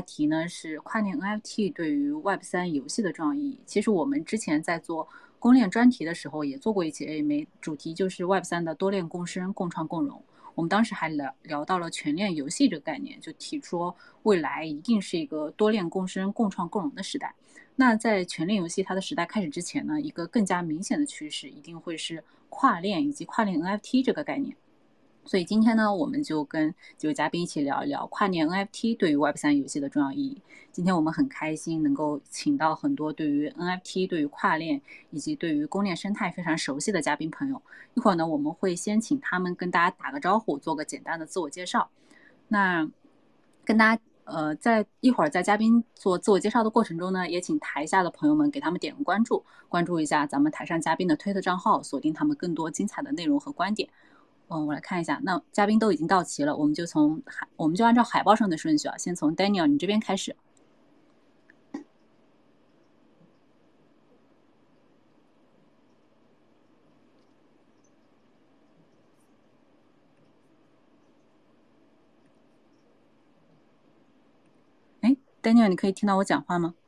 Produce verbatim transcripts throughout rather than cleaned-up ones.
题呢是跨链 N F T 对于 Web 三 游戏的重要意义。其实我们之前在做公链专题的时候也做过一期 A M A， 主题就是 Web 三 的多链共生、共创共荣。我们当时还聊聊到了全链游戏这个概念，就提出未来一定是一个多链共生、共创共荣的时代。那在全链游戏它的时代开始之前呢，一个更加明显的趋势一定会是跨链以及跨链 N F T 这个概念。所以今天呢，我们就跟几位嘉宾一起聊一聊跨链 N F T 对于 Web 三 游戏的重要意义。今天我们很开心能够请到很多对于 N F T、对于跨链以及对于公链生态非常熟悉的嘉宾朋友。一会儿呢，我们会先请他们跟大家打个招呼，做个简单的自我介绍。那跟大家呃，在一会儿在嘉宾做自我介绍的过程中呢，也请台下的朋友们给他们点个关注，关注一下咱们台上嘉宾的推特账号，锁定他们更多精彩的内容和观点。嗯，我来看一下，那嘉宾都已经到齐了，我们就从海，我们就按照海报上的顺序啊，先从 Daniel 你这边开始。哎，Daniel，你可以听到我讲话吗？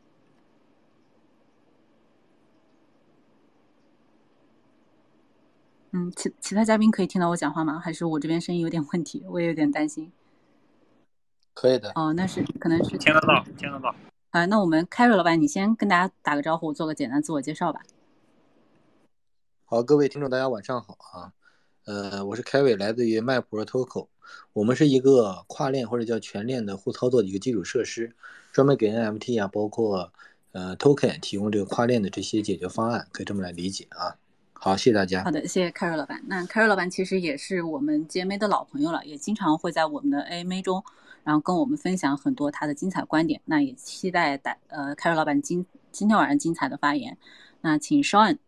嗯，其其他嘉宾可以听到我讲话吗？还是我这边声音有点问题？我也有点担心。 可以的。 哦，那是可能是听得到，听得到。 啊，那我们 Carry 老板，你先跟大家打个招呼，做个简单自我介绍吧。 好，各位听众，大家晚上好啊。呃，我是凯伟，来自于麦普 Toco， 我们是一个跨链或者叫全链的互操作的一个基础设施，专门给 N F T 啊，包括呃 Token 提供这个跨链的这些解决方案，可以这么来理解啊。好，谢谢大家。 好的，谢谢 Carry 老板。那 Carry 老板其实也是我们 G M A 的老朋友了，也经常会在我们的 A M A 中，然后跟我们分享很多他的精彩观点。那也期待大呃 Carry 老板今今天晚上精彩的发言。那请 Sean。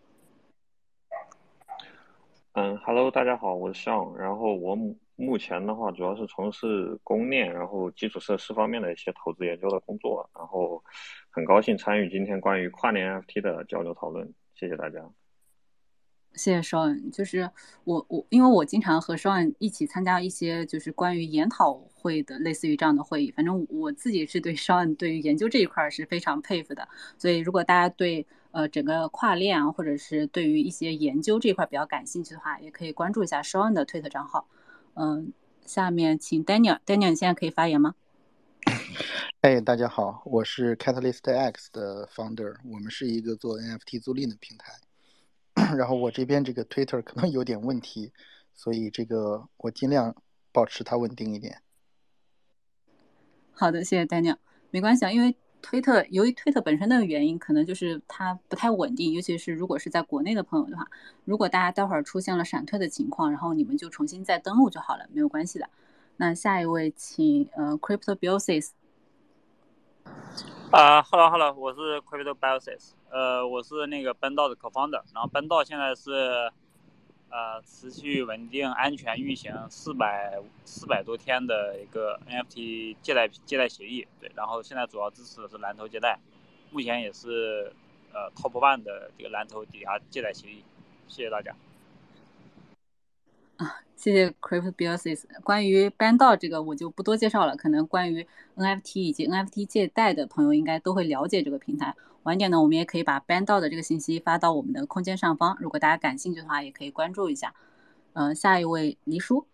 嗯，Hello，大家好，我是 Sean，然后我目目前的话主要是从事公链，然后基础设施方面的一些投资研究的工作，然后很高兴参与今天关于跨年 N F T 的交流讨论，谢谢大家。 谢谢 Sean，就是我我因为我经常和 Sean 一起参加一些就是关于研讨会的类似于这样的会议，反正我自己是对 Sean 对于研究这一块是非常佩服的，所以如果大家对呃整个跨链啊，或者是对于一些研究这一块比较感兴趣的话，也可以关注一下 Sean 的推特账号。嗯，下面请 Daniel，Daniel 你现在可以发言吗？ 哎，大家好，我是 Catalyst X 的 founder， 我们是一个做 N F T 租赁的平台。然后我这边这个 Twitter 可能有点问题，所以这个我尽量保持它稳定一点。 好的，谢谢 Daniel。没关系啊，因为推特由于推特本身的原因，可能就是它不太稳定，尤其是如果是在国内的朋友的话，如果大家待会儿出现了闪退的情况，然后你们就重新再登录就好了，没有关系的。那下一位请呃 Cryptobiosis。 啊、h e l l o Hello， 我是 Cryptobiosis， 呃，我是那个 Bando 的 co-founder，然后 Bando 现在是呃持续稳定、安全运行四百四百多天的一个 N F T 借贷借贷协议，对，然后现在主要支持的是蓝筹借贷，目前也是呃 Top One 的这个蓝筹抵押借贷协议，谢谢大家。 啊，谢谢 Cryptobiosis。关于 Bando 这个我就不多介绍了，可能关于 N F T 以及 N F T 借贷的朋友应该都会了解这个平台。晚点呢，我们也可以把 Bando 的这个信息发到我们的空间上方，如果大家感兴趣的话，也可以关注一下。嗯、呃，下一位黎叔。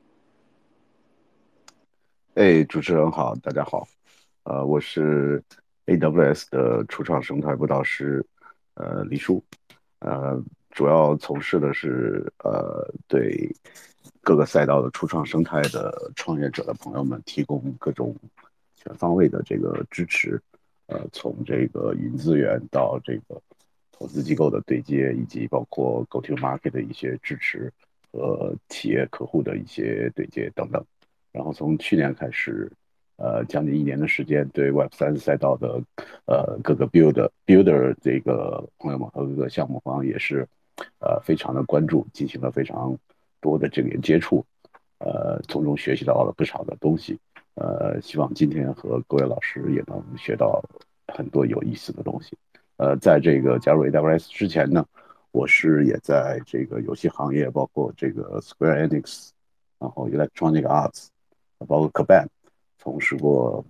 哎，主持人好，大家好，呃，我是 A W S 的初创生态布导师，呃，李叔，呃，主要从事的是呃对各个赛道的初创生态的创业者的朋友们提供各种全方位的这个支持，呃，从这个云资源到这个投资机构的对接，以及包括 Go to Market 的一些支持和企业客户的一些对接等等。然后从去年开始，呃，将近一年的时间，对 Web 三赛道的呃各个 builder builder 这个朋友们和各个项目方也是呃非常的关注，进行了非常多的这个接触，呃，从中学习到了不少的东西。呃，希望今天和各位老师也能学到很多有意思的东西。呃，在这个加入 A W S 之前呢，我是也在这个游戏行业，包括这个 Square Enix，然后 Electronic Arts，包括 Kabam，从事过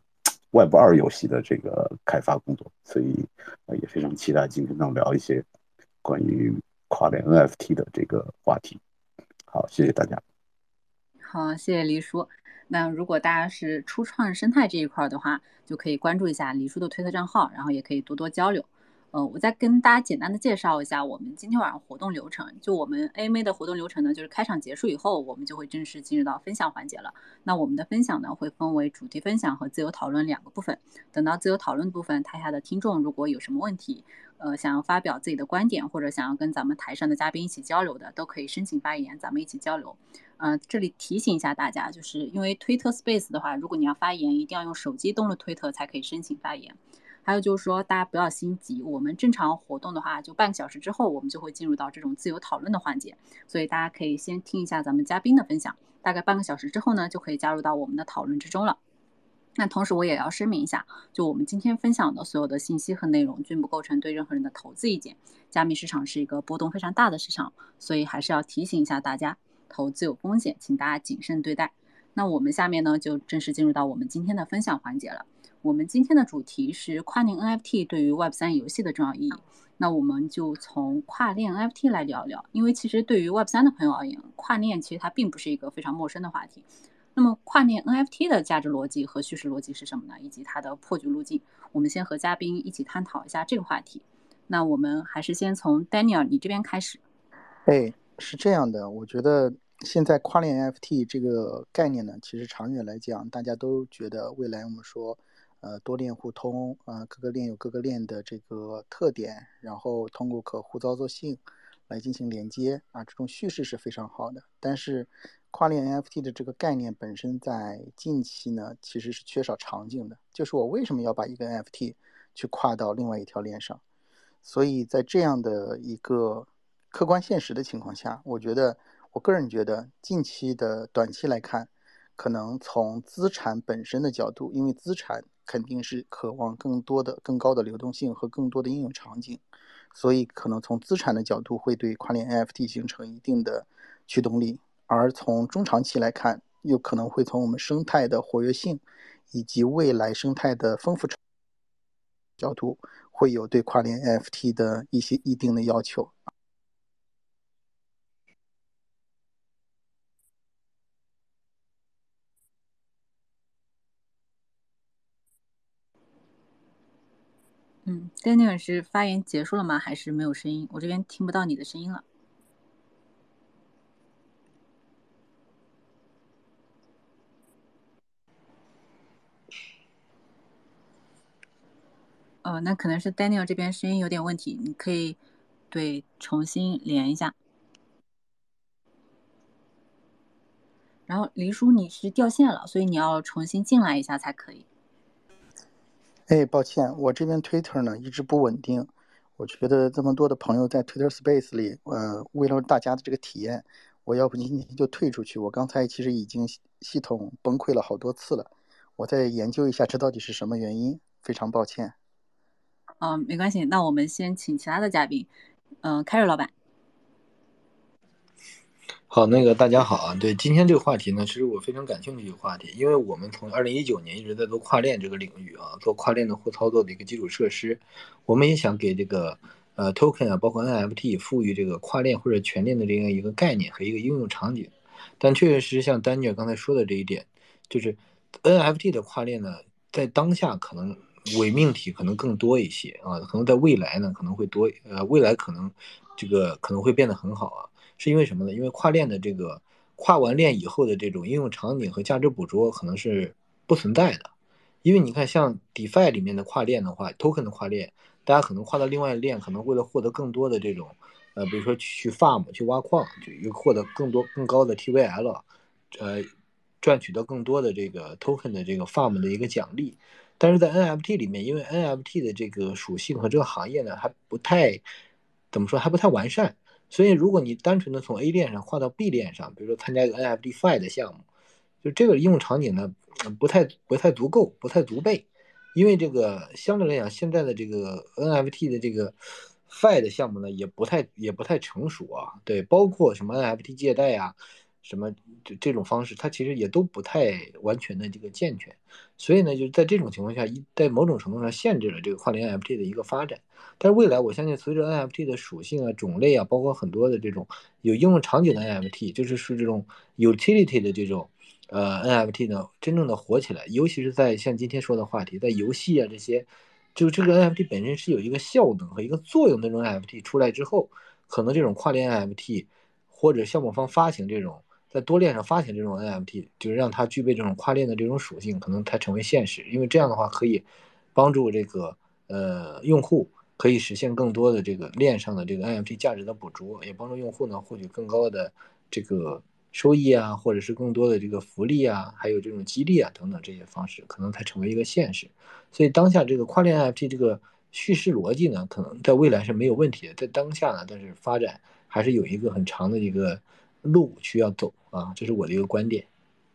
Web 二游戏的这个开发工作，所以呃也非常期待今天能聊一些关于跨链 N F T 的这个话题。好，谢谢大家。 好，谢谢黎叔。那如果大家是初创生态这一块的话，就可以关注一下黎叔的推特账号，然后也可以多多交流。呃，我再跟大家简单的介绍一下我们今天晚上活动流程。就我们 A M A 的活动流程呢，就是开场结束以后，我们就会正式进入到分享环节了。那我们的分享呢，会分为主题分享和自由讨论两个部分。等到自由讨论部分，台下的听众如果有什么问题，呃，想要发表自己的观点，或者想要跟咱们台上的嘉宾一起交流的，都可以申请发言，咱们一起交流。呃，这里提醒一下大家，就是因为推特 Space 的话，如果你要发言，一定要用手机登录推特才可以申请发言。还有就是说，大家不要心急，我们正常活动的话，就半个小时之后，我们就会进入到这种自由讨论的环节，所以大家可以先听一下咱们嘉宾的分享，大概半个小时之后呢，就可以加入到我们的讨论之中了。那同时我也要声明一下，就我们今天分享的所有的信息和内容均不构成对任何人的投资意见。加密市场是一个波动非常大的市场，所以还是要提醒一下大家，投资有风险，请大家谨慎对待。那我们下面呢，就正式进入到我们今天的分享环节了。我们今天的主题是跨链 N F T 对于 Web 三 游戏的重要意义。那我们就从跨链 N F T 来聊聊，因为其实对于 Web 三 的朋友而言，跨链其实它并不是一个非常陌生的话题。那么跨链 N F T 的价值逻辑和叙事逻辑是什么呢？以及它的破局路径？我们先和嘉宾一起探讨一下这个话题。那我们还是先从 Daniel 你这边开始。 哎，是这样的，我觉得现在跨链 N F T 这个概念呢，其实长远来讲，大家都觉得未来我们说，呃，多链互通啊、呃，各个链有各个链的这个特点，然后通过可互操作性来进行连接啊，这种叙事是非常好的。但是跨链 N F T 的这个概念本身在近期呢，其实是缺少场景的，就是我为什么要把一个 N F T 去跨到另外一条链上？所以在这样的一个客观现实的情况下，我觉得，我个人觉得，近期的短期来看，可能从资产本身的角度，因为资产肯定是渴望更多的、更高的流动性和更多的应用场景，所以可能从资产的角度会对跨链 N F T 形成一定的驱动力，而从中长期来看，又可能会从我们生态的活跃性以及未来生态的丰富程角度，会有对跨链 N F T 的一些一定的要求。 嗯 Daniel 是发言结束了吗？还是没有声音？我这边听不到你的声音了。呃，那可能是 Daniel 这边声音有点问题，你可以对重新连一下。然后黎叔你是掉线了，所以你要重新进来一下才可以。 哎，抱歉，我这边 Twitter 呢一直不稳定。我觉得这么多的朋友在 Twitter Space 里，呃，为了大家的这个体验，我要不今天就退出去。我刚才其实已经系统崩溃了好多次了，我再研究一下这到底是什么原因，非常抱歉。 嗯、呃，没关系，那我们先请其他的嘉宾，嗯、呃、，Carry 老板。 好，那个大家好啊，对，今天这个话题呢，其实我非常感兴趣的一个话题，因为我们从二零一九年一直在做跨链这个领域啊，做跨链的互操作的一个基础设施，我们也想给这个呃 token 啊，包括 N F T 赋予这个跨链或者全链的这样一个概念和一个应用场景，但确实像丹尼尔刚才说的这一点，就是 N F T 的跨链呢，在当下可能伪命题可能更多一些啊，可能在未来呢可能会多，呃，未来可能这个可能会变得很好啊。是因为什么呢？因为跨链的这个跨完链以后的这种应用场景和价值捕捉可能是不存在的，因为你看像 DeFi 里面的跨链的话 ，token 的跨链，大家可能跨到另外一链，可能为了获得更多的这种，呃，比如说去 farm 去挖矿，就又获得更多更高的 T V L， 呃，赚取到更多的这个 token 的这个 farm 的一个奖励。但是在 N F T 里面，因为 N F T 的这个属性和这个行业呢还不太怎么说，还不太完善。所以，如果你单纯的从 A 链上跨到 B 链上，比如说参加一个 N F T F I 的项目，就这个应用场景呢，不太不太足够，不太足备，因为这个相对来讲，现在的这个 N F T 的这个 F I 的项目呢，也不太也不太成熟啊。对，包括什么 N F T 借贷呀、啊，什么这这种方式，它其实也都不太完全的这个健全。 所以呢，就是在这种情况下，一在某种程度上限制了这个跨年 N F T 的一个发展。但是未来我相信，随着 N F T 的属性啊、种类啊，包括很多的这种有应用场景的 N F T，就是是这种 utility 的这种呃 N F T 呢，真正的火起来，尤其是在像今天说的话题，在游戏啊这些，就这个 N F T 本身是有一个效能和一个作用的这种 N F T 出来之后，可能这种跨链 N F T 或者项目方发行这种在多链上发行这种 N F T，就是让它具备这种跨链的这种属性，可能才成为现实。因为这样的话可以帮助这个呃用户可以实现更多的这个链上的这个 N F T 价值的捕捉，也帮助用户呢获取更高的这个收益啊，或者是更多的这个福利啊，还有这种激励啊等等这些方式，可能才成为一个现实。所以当下这个跨链 N F T 这个叙事逻辑呢，可能在未来是没有问题的，在当下呢，但是发展还是有一个很长的一个路需要走啊，这是我的一个观点。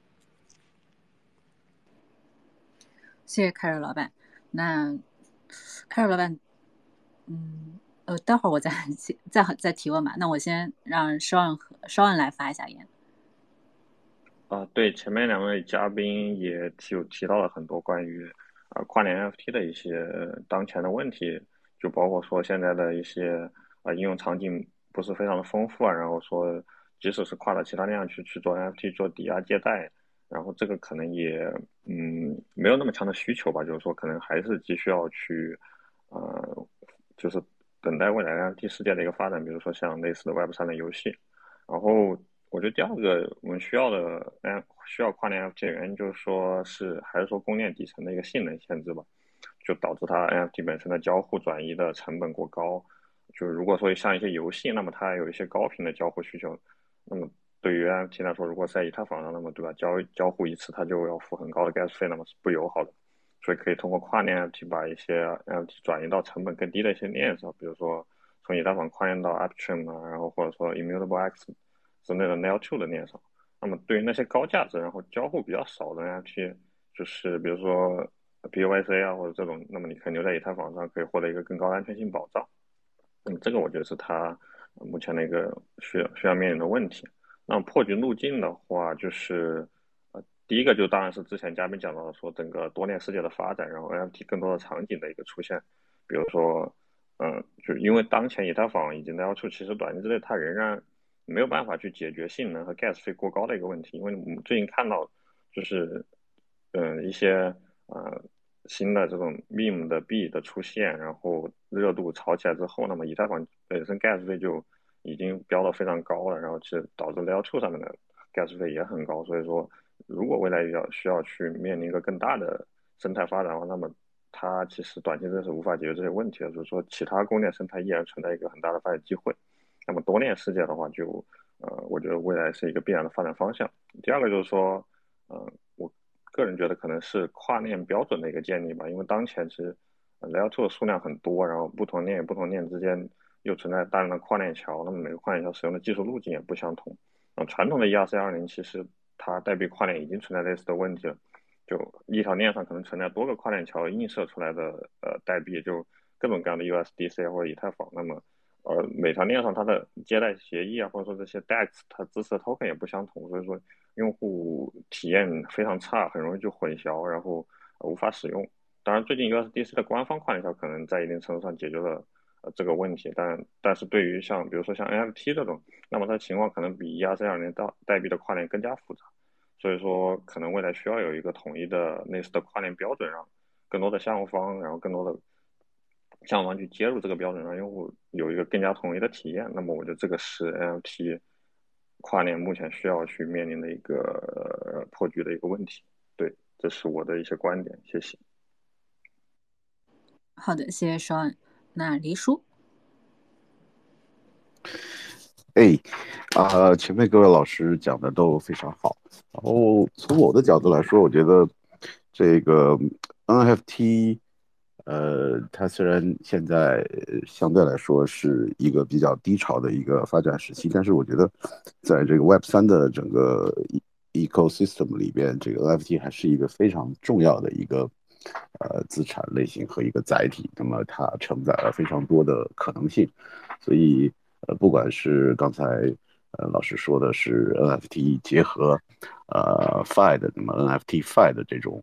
谢谢凯瑞老板。那凯瑞老板，嗯，呃，待会儿我再再再提问吧。那我先让稍恩和稍恩来发一下言。 啊，对，前面两位嘉宾也提有提到了很多关于啊跨年 N F T 的一些当前的问题，就包括说现在的一些啊应用场景不是非常的丰富啊，然后说即使是跨到其他链上去去做 N F T 做抵押借贷，然后这个可能也嗯没有那么强的需求吧，就是说可能还是急需要去呃就是等待未来 N F T 世界的一个发展，比如说像类似的 Web 三的游戏，然后。我觉得第二个我们需要的，嗯，需要跨年 N F T 的原因就是说是还是说公链底层的一个性能限制吧，就导致它 N F T 本身的交互转移的成本过高。就如果说像一些游戏，那么它有一些高频的交互需求，那么对于 N F T 来说，如果在以太坊上，那么对吧，交交互一次它就要付很高的 gas 费，那么是不友好的。所以可以通过跨链 N F T 把一些 N F T 转移到成本更低的一些链上，比如说从以太坊跨链到 Upstream 啊，然后或者说 Immutable X。之类的 Layer two 的链上，那么对于那些高价值然后交互比较少的 N F T， 就是比如说 P O I C 啊或者这种，那么你可以留在以太坊上，可以获得一个更高的安全性保障。那么这个我觉得是它目前的一个需要需要面临的问题。那么破局路径的话，就是呃第一个就当然是之前嘉宾讲到的，说整个多链世界的发展，然后 N F T 更多的场景的一个出现，比如说嗯，就因为当前以太坊以及 Layer two 其实短期之内它仍然没有办法去解决性能和 gas 费过高的一个问题，因为我们最近看到就是，嗯、呃，一些呃新的这种 meme 的币的出现，然后热度炒起来之后，那么以太坊本身 gas 费就已经飙得非常高了，然后其实导致 Layer two 上面的 gas 费也很高，所以说如果未来要需要去面临一个更大的生态发展的话，那么它其实短期内是无法解决这些问题的，就是说其他公链生态依然存在一个很大的发展机会。那么多链世界的话就，呃，我觉得未来是一个必然的发展方向。第二个就是说，呃，我个人觉得可能是跨链标准的一个建立吧，因为当前其实 Layer two 的数量很多，然后不同链与不同链之间又存在大量的跨链桥，那么每个跨链桥使用的技术路径也不相同。那传统的 E R C 二零其实它代币跨链已经存在类似的问题了，就一条链上可能存在多个跨链桥映射出来的呃代币，就各种各样的 U S D C 或者以太坊，那么呃，每条链上它的接待协议啊，或者说这些 D E X 它支持的 token 也不相同，所以说用户体验非常差，很容易就混淆，然后、呃、无法使用。当然，最近 U S D C 的官方跨链桥可能在一定程度上解决了呃这个问题，但但是对于像比如说像 N F T 这种，那么它的情况可能比 E R C 二零代代币的跨链更加复杂，所以说可能未来需要有一个统一的类似的跨链标准，让更多的项目方，然后更多的项目方去接入这个标准，让用户有一个更加统一的体验。那么我觉得这个是 N F T 跨链目前需要去面临的一个、呃、破局的一个问题。对，这是我的一些观点，谢谢。 好的，谢谢邵恩。那黎叔， 哎，啊、前面各位老师讲的都非常好。然后从我的角度来说，我觉得这个 N F T，呃，它虽然现在呃相对来说是一个比较低潮的一个发展时期，但是我觉得在这个 Web 三的整个 e- ecosystem 里边，这个 N F T 还是一个非常重要的一个呃资产类型和一个载体。那么它承载了非常多的可能性，所以呃，不管是刚才呃老师说的是 N F T 结合呃 F I 的，那么 N F T F I 的这种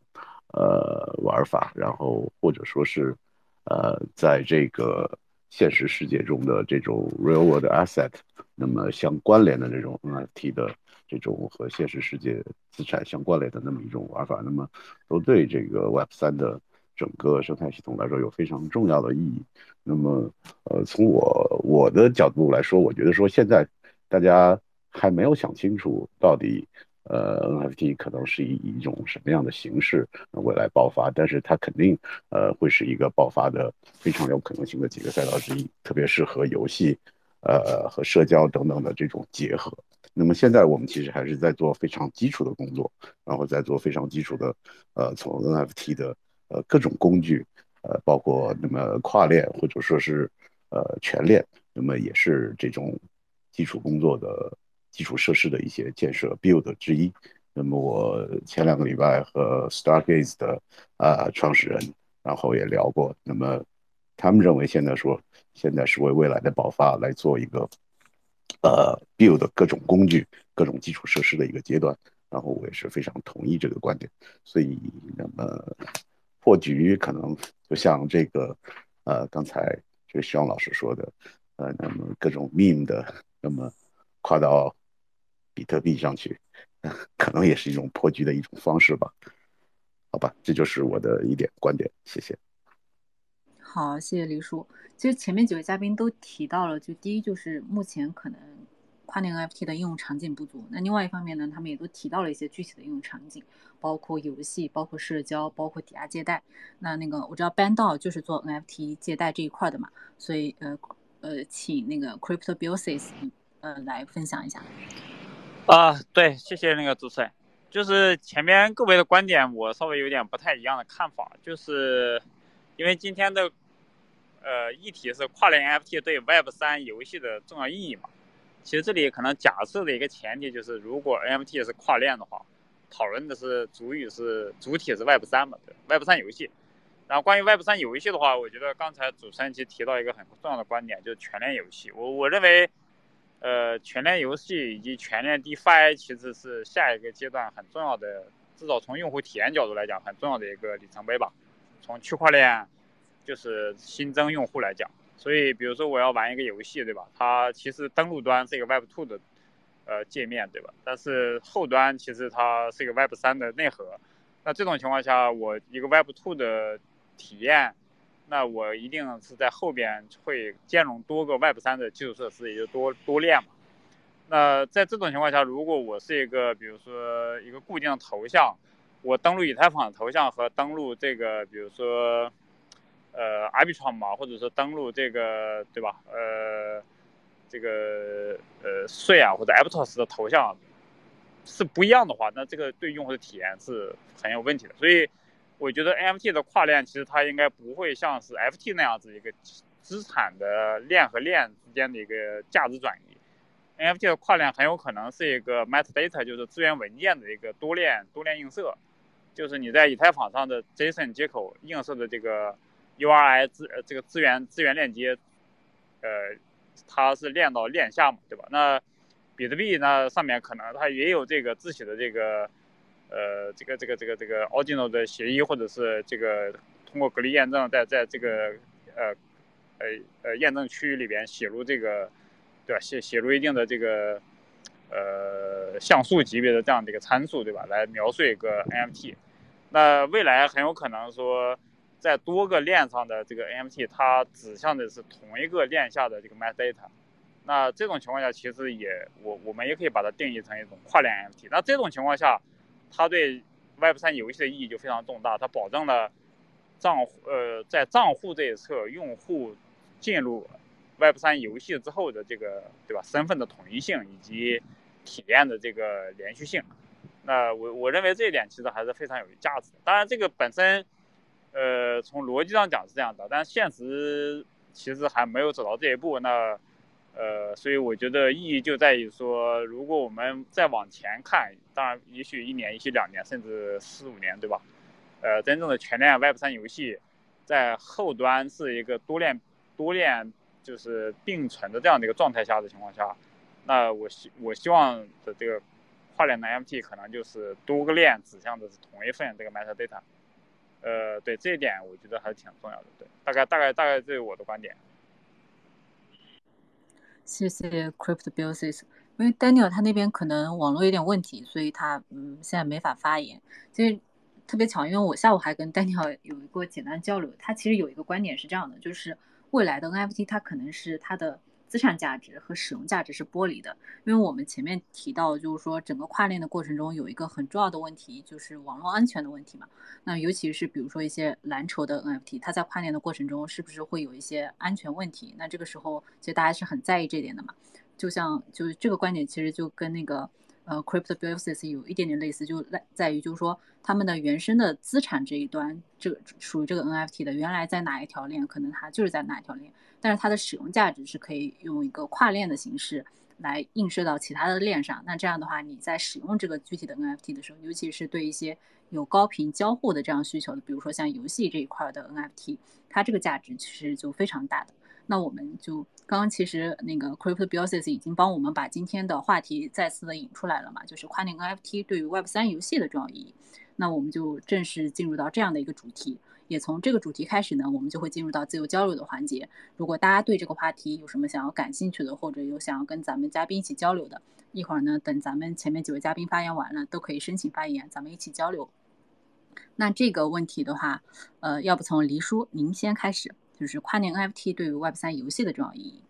呃玩法，然后或者说是呃在这个现实世界中的这种 real world asset，那么相关联的这种 N F T 的这种和现实世界资产相关联的那么一种玩法，那么都对这个 Web 三的整个生态系统来说有非常重要的意义。那么，呃，从我我的角度来说，我觉得说现在大家还没有想清楚到底，呃，N F T 可能是以一种什么样的形式未来爆发，但是它肯定呃会是一个爆发的非常有可能性的几个赛道之一，特别是和游戏、呃和社交等等的这种结合。那么现在我们其实还是在做非常基础的工作，然后在做非常基础的，呃，从 N F T 的呃各种工具。呃，包括那么跨链或者说是呃全链，那么也是这种基础工作的基础设施的一些建设 build 之一。那么我前两个礼拜和 Stargaze 的啊、呃、创始人，然后也聊过，那么他们认为现在说现在是为未来的爆发来做一个呃 build 各种工具、各种基础设施的一个阶段。然后我也是非常同意这个观点，所以那么破局可能就像这个呃刚才这个徐阳老师说的，呃那么各种 meme 的，那么跨到比特币上去，呃可能也是一种破局的一种方式吧。好吧，这就是我的一点观点，谢谢。 好，谢谢黎叔。其实前面几位嘉宾都提到了，就第一就是目前可能跨链 N F T 的应用场景不足，那另外一方面呢，他们也都提到了一些具体的应用场景，包括游戏、包括社交、包括抵押借贷。那那个我知道 Bandao 就是做 N F T 借贷这一块的嘛，所以呃呃，请那个 Cryptobiosis 呃来分享一下。 啊，对，谢谢那个主持人。就是前面各位的观点，我稍微有点不太一样的看法，就是因为今天的呃议题是跨链 N F T 对 Web 三游戏的重要意义嘛。其实这里可能假设的一个前提就是，如果 N F T 是跨链的话，讨论的是主语是主体是 Web 三嘛，对 ，Web 三游戏。然后关于 Web 三游戏的话，我觉得刚才主持人其实提到一个很重要的观点，就是全链游戏。我我认为。呃，全链游戏以及全链 DeFi 其实是下一个阶段很重要的，至少从用户体验角度来讲，很重要的一个里程碑吧。从区块链就是新增用户来讲，所以比如说我要玩一个游戏，对吧？它其实登录端是一个 Web 二 的呃界面，对吧？但是后端其实它是一个 Web 三 的内核。那这种情况下，我一个 Web 二 的体验。那我一定是在后边会兼容多个 Web 三 的基础设施，也就多多链嘛。那在这种情况下，如果我是一个，比如说一个固定的头像，我登录以太坊的头像和登录这个，比如说呃 Arbitrum 嘛，或者说登录这个，对吧？呃，这个呃税啊或者 Aptos 的头像是不一样的话，那这个对用户的体验是很有问题的。所以我觉得 N F T 的跨链其实它应该不会像是 F T 那样子一个资产的链和链之间的一个价值转移。N F T 的跨链很有可能是一个 metadata， 就是资源文件的一个多链多链映射，就是你在以太坊上的 JSON 接口映射的这个 U R I 资呃这个资源资源链接，呃，它是链到链下嘛，对吧？那比特币呢上面可能它也有这个自己的这个。呃，这个这个这个这个 Ordinal 的协议，或者是这个通过隔离验证，在在这个呃呃呃验证区域里边写入这个，对吧？写写入一定的这个呃像素级别的这样的一个参数，对吧？来描述一个 N F T。那未来很有可能说，在多个链上的这个 N F T， 它指向的是同一个链下的这个 metadata。那这种情况下，其实也我我们也可以把它定义成一种跨链 N F T。那这种情况下，它对 Web 三 游戏的意义就非常重大，它保证了账户呃在账户这一侧用户进入 Web 三 游戏之后的这个对吧身份的统一性以及体验的这个连续性。那我我认为这一点其实还是非常有价值的。当然这个本身呃从逻辑上讲是这样的，但现实其实还没有走到这一步。那呃，所以我觉得意义就在于说，如果我们再往前看，当然也许一年、也许两年，甚至四五年，对吧？呃，真正的全链 Web 三 游戏，在后端是一个多链多链就是并存的这样的一个状态下的情况下，那我希我希望的这个跨链的 N F T 可能就是多个链指向的是同一份这个 metadata。 呃，对这一点我觉得还是挺重要的。对，大概大概大概这是我的观点。 谢谢 Cryptobiosis， 因为 Daniel 他那边可能网络有点问题，所以他嗯现在没法发言。其实特别巧，因为我下午还跟 Daniel 有一个简单交流，他其实有一个观点是这样的，就是未来的 N F T 它可能是它的资产价值和使用价值是剥离的。因为我们前面提到，就是说整个跨链的过程中有一个很重要的问题，就是网络安全的问题嘛。那尤其是比如说一些蓝筹的 N F T，它在跨链的过程中是不是会有一些安全问题？那这个时候其实大家是很在意这点的嘛。就像就是这个观点其实就跟那个呃 Cryptobiosis 有一点点类似，就在在于就是说他们的原生的资产这一端，这个属于这个 N F T 的，原来在哪一条链，可能它就是在哪一条链，但是它的使用价值是可以用一个跨链的形式来映射到其他的链上。那这样的话，你在使用这个具体的 N F T 的时候，尤其是对一些有高频交互的这样需求的，比如说像游戏这一块的 N F T， 它这个价值其实就非常大的。那我们就刚刚其实那个 Cryptobiosis 已经帮我们把今天的话题再次的引出来了嘛，就是跨链 N F T 对于 Web 三 游戏的重要意义。那我们就正式进入到这样的一个主题，也从这个主题开始呢，我们就会进入到自由交流的环节。如果大家对这个话题有什么想要感兴趣的，或者有想要跟咱们嘉宾一起交流的，一会儿呢，等咱们前面几位嘉宾发言完了，都可以申请发言，咱们一起交流。那这个问题的话，呃，要不从黎叔您先开始，就是跨链 N F T 对于 Web 三 游戏的重要意义。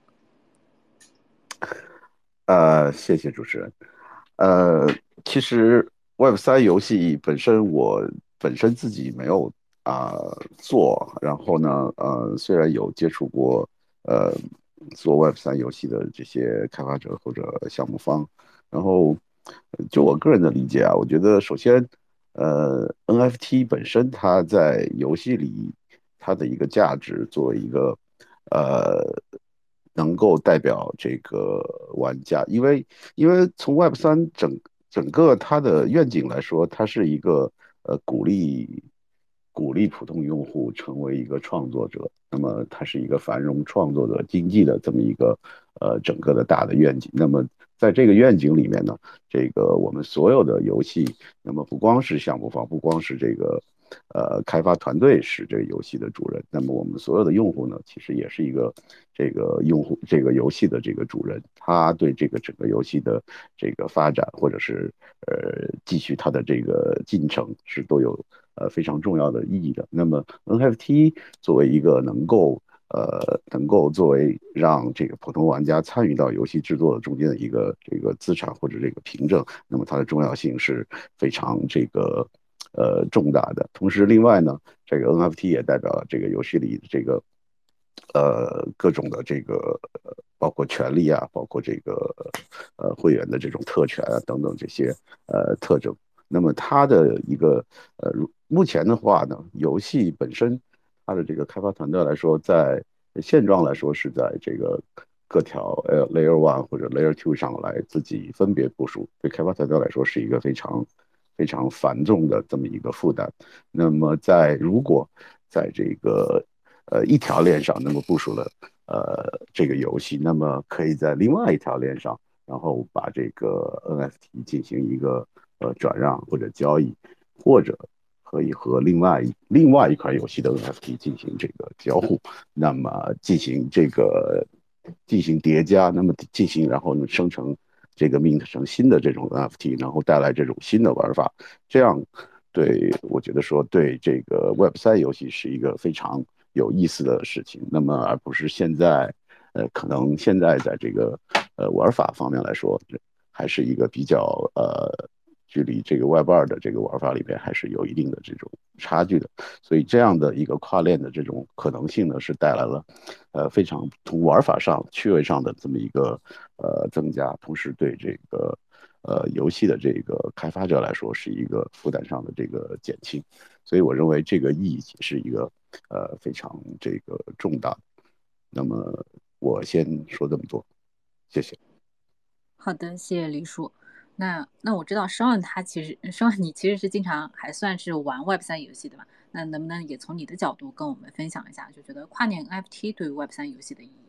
呃，谢谢主持人。呃，其实 Web 三游戏本身我本身自己没有啊、做，然后呢，呃，虽然有接触过呃做 Web 三游戏的这些开发者或者项目方，然后就我个人的理解啊，我觉得首先呃 N F T 本身它在游戏里它的一个价值作为一个呃。能够代表这个玩家，因为因为从 Web 三整整个它的愿景来说，它是一个呃鼓励鼓励普通用户成为一个创作者，那么它是一个繁荣创作者经济的这么一个呃整个的大的愿景。那么在这个愿景里面呢，这个我们所有的游戏，那么不光是项目方，不光是这个呃开发团队是这个游戏的主人，那么我们所有的用户呢，其实也是一个这个用户这个游戏的这个主人，他对这个整个游戏的这个发展或者是呃继续它的这个进程是都有呃非常重要的意义的。那么 N F T 作为一个能够呃，能够作为让这个普通玩家参与到游戏制作中间的一个这个资产或者这个凭证，那么它的重要性是非常这个呃重大的。同时，另外呢，这个 N F T 也代表了这个游戏里这个呃各种的这个包括权利啊，包括这个呃会员的这种特权啊等等这些呃特征。那么它的一个呃目前的话呢，游戏本身。它的这个开发团队来说，在现状来说是在这个各条呃 Layer One 或者 Layer Two 上来自己分别部署，对开发团队来说是一个非常非常繁重的这么一个负担。那么在如果在这个呃一条链上那么部署了呃这个游戏，那么可以在另外一条链上，然后把这个 N F T 进行一个呃转让或者交易，或者可以和另外一另外一款游戏的 N F T 进行这个交互，那么进行这个进行叠加，那么进行然后呢生成这个 mint 成新的这种 N F T，然后带来这种新的玩法，这样对我觉得说对这个 Web 三游戏是一个非常有意思的事情，那么而不是现在呃可能现在在这个呃玩法方面来说，还是一个比较呃。距离这个 Web 二的这个玩法里面还是有一定的这种差距的，所以这样的一个跨链的这种可能性呢，是带来了呃非常从玩法上、趣味上的这么一个呃增加，同时对这个呃游戏的这个开发者来说是一个负担上的这个减轻，所以我认为这个意义是一个呃非常这个重大的。那么我先说这么多，谢谢。 好的，谢谢黎叔。那那我知道 Sean 他其实 Sean 你其实是经常还算是玩 Web 三游戏的吧？那能不能也从你的角度跟我们分享一下，就觉得跨年 N F T 对于 Web 三游戏的意义？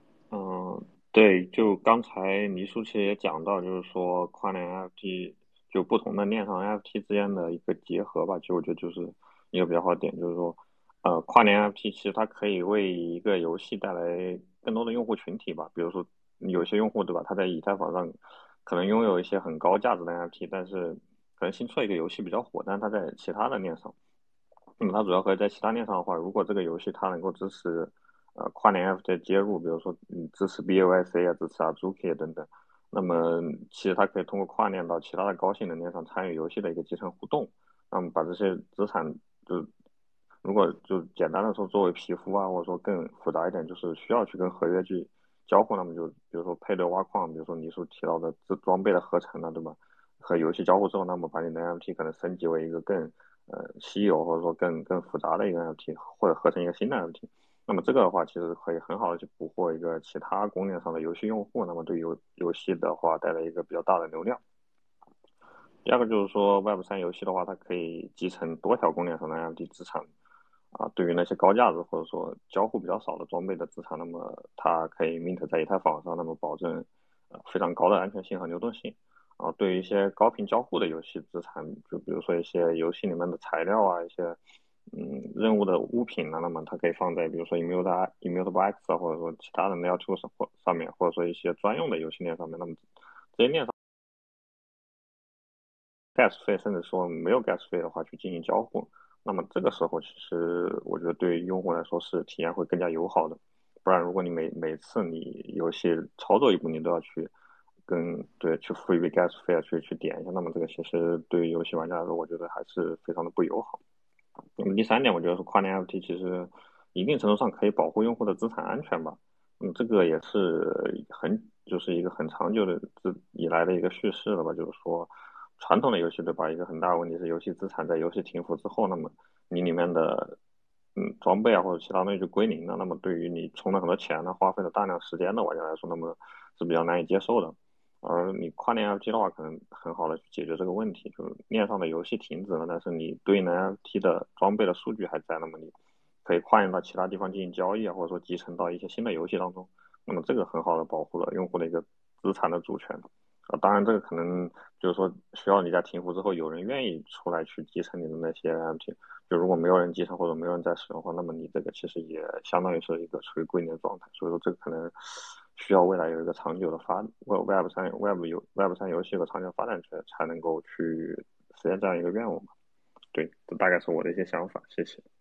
嗯，对，就刚才倪叔其实也讲到，就是说跨年 N F T 就不同的链上 N F T 之间的一个结合吧。其实我觉得就是一个比较好的点，就是说，呃，跨年 N F T 其实它可以为一个游戏带来更多的用户群体吧。比如说有些用户对吧，他在以太坊上可能拥有一些很高价值的 N F T，但是可能新出了一个游戏比较火，但是它在其他的链上。那么它主要可以在其他链上的话，如果这个游戏它能够支持呃跨年 N F T 的接入，比如说嗯支持 B O S A 啊，支持 Azuki 啊等等，那么其实它可以通过跨链到其他的高性能链上参与游戏的一个集成互动，那么把这些资产就如果就简单的说作为皮肤啊，或者说更复杂一点，就是需要去跟合约去交互，那么就比如说配对挖矿，比如说你所提到的这装备的合成啊，对吧？和游戏交互之后，那么把你的 N F T 可能升级为一个更呃稀有或者说更更复杂的一个 N F T，或者合成一个新的 N F T。那么这个的话，其实可以很好的去捕获一个其他公链上的游戏用户，那么对游游戏的话带来一个比较大的流量。第二个就是说 Web 三游戏的话，它可以集成多条公链上的 N F T 资产。啊，对于那些高价值或者说交互比较少的装备的资产，那么它可以 mint 在以太坊上，那么保证呃非常高的安全性和流动性。啊，对于一些高频交互的游戏资产，就比如说一些游戏里面的材料啊，一些嗯任务的物品呢，那么它可以放在比如说 Immutable Immutable X 啊，或者说其他的 Layer two 上或上面，或者说一些专用的游戏链上面，那么这些链上 gas 费甚至说没有 gas 费的话去进行交互。那么这个时候，其实我觉得对用户来说是体验会更加友好的。不然，如果你每每次你游戏操作一步，你都要去跟对去付一笔 gas 费去去点一下，那么这个其实对于游戏玩家来说，我觉得还是非常的不友好。那么第三点，我觉得是跨链 N F T 其实一定程度上可以保护用户的资产安全吧。嗯，这个也是很就是一个很长久的自以来的一个叙事了吧，就是说。传统的游戏对吧？一个很大的问题是游戏资产在游戏停服之后，那么你里面的嗯装备啊或者其他东西就归零了。那么对于你充了很多钱呢，花费了大量时间的玩家来说，那么是比较难以接受的。而你跨链 N F T 的话，可能很好的去解决这个问题，就是链上的游戏停止了，但是你对应的 N F T 的装备的数据还在，那么你可以跨链到其他地方进行交易啊，或者说集成到一些新的游戏当中。那么这个很好的保护了用户的一个资产的主权。啊，当然这个可能就是说需要你在停服之后有人愿意出来去集成你的那些 N F T， 就如果没有人集成或者没有人在使用的话，那么你这个其实也相当于是一个处于归零的状态。所以说这个可能需要未来有一个长久的发 Web 三 Web 游 Web 三游戏有个长久发展才才能够去实现这样一个愿望吧。对，这大概是我的一些想法，谢谢。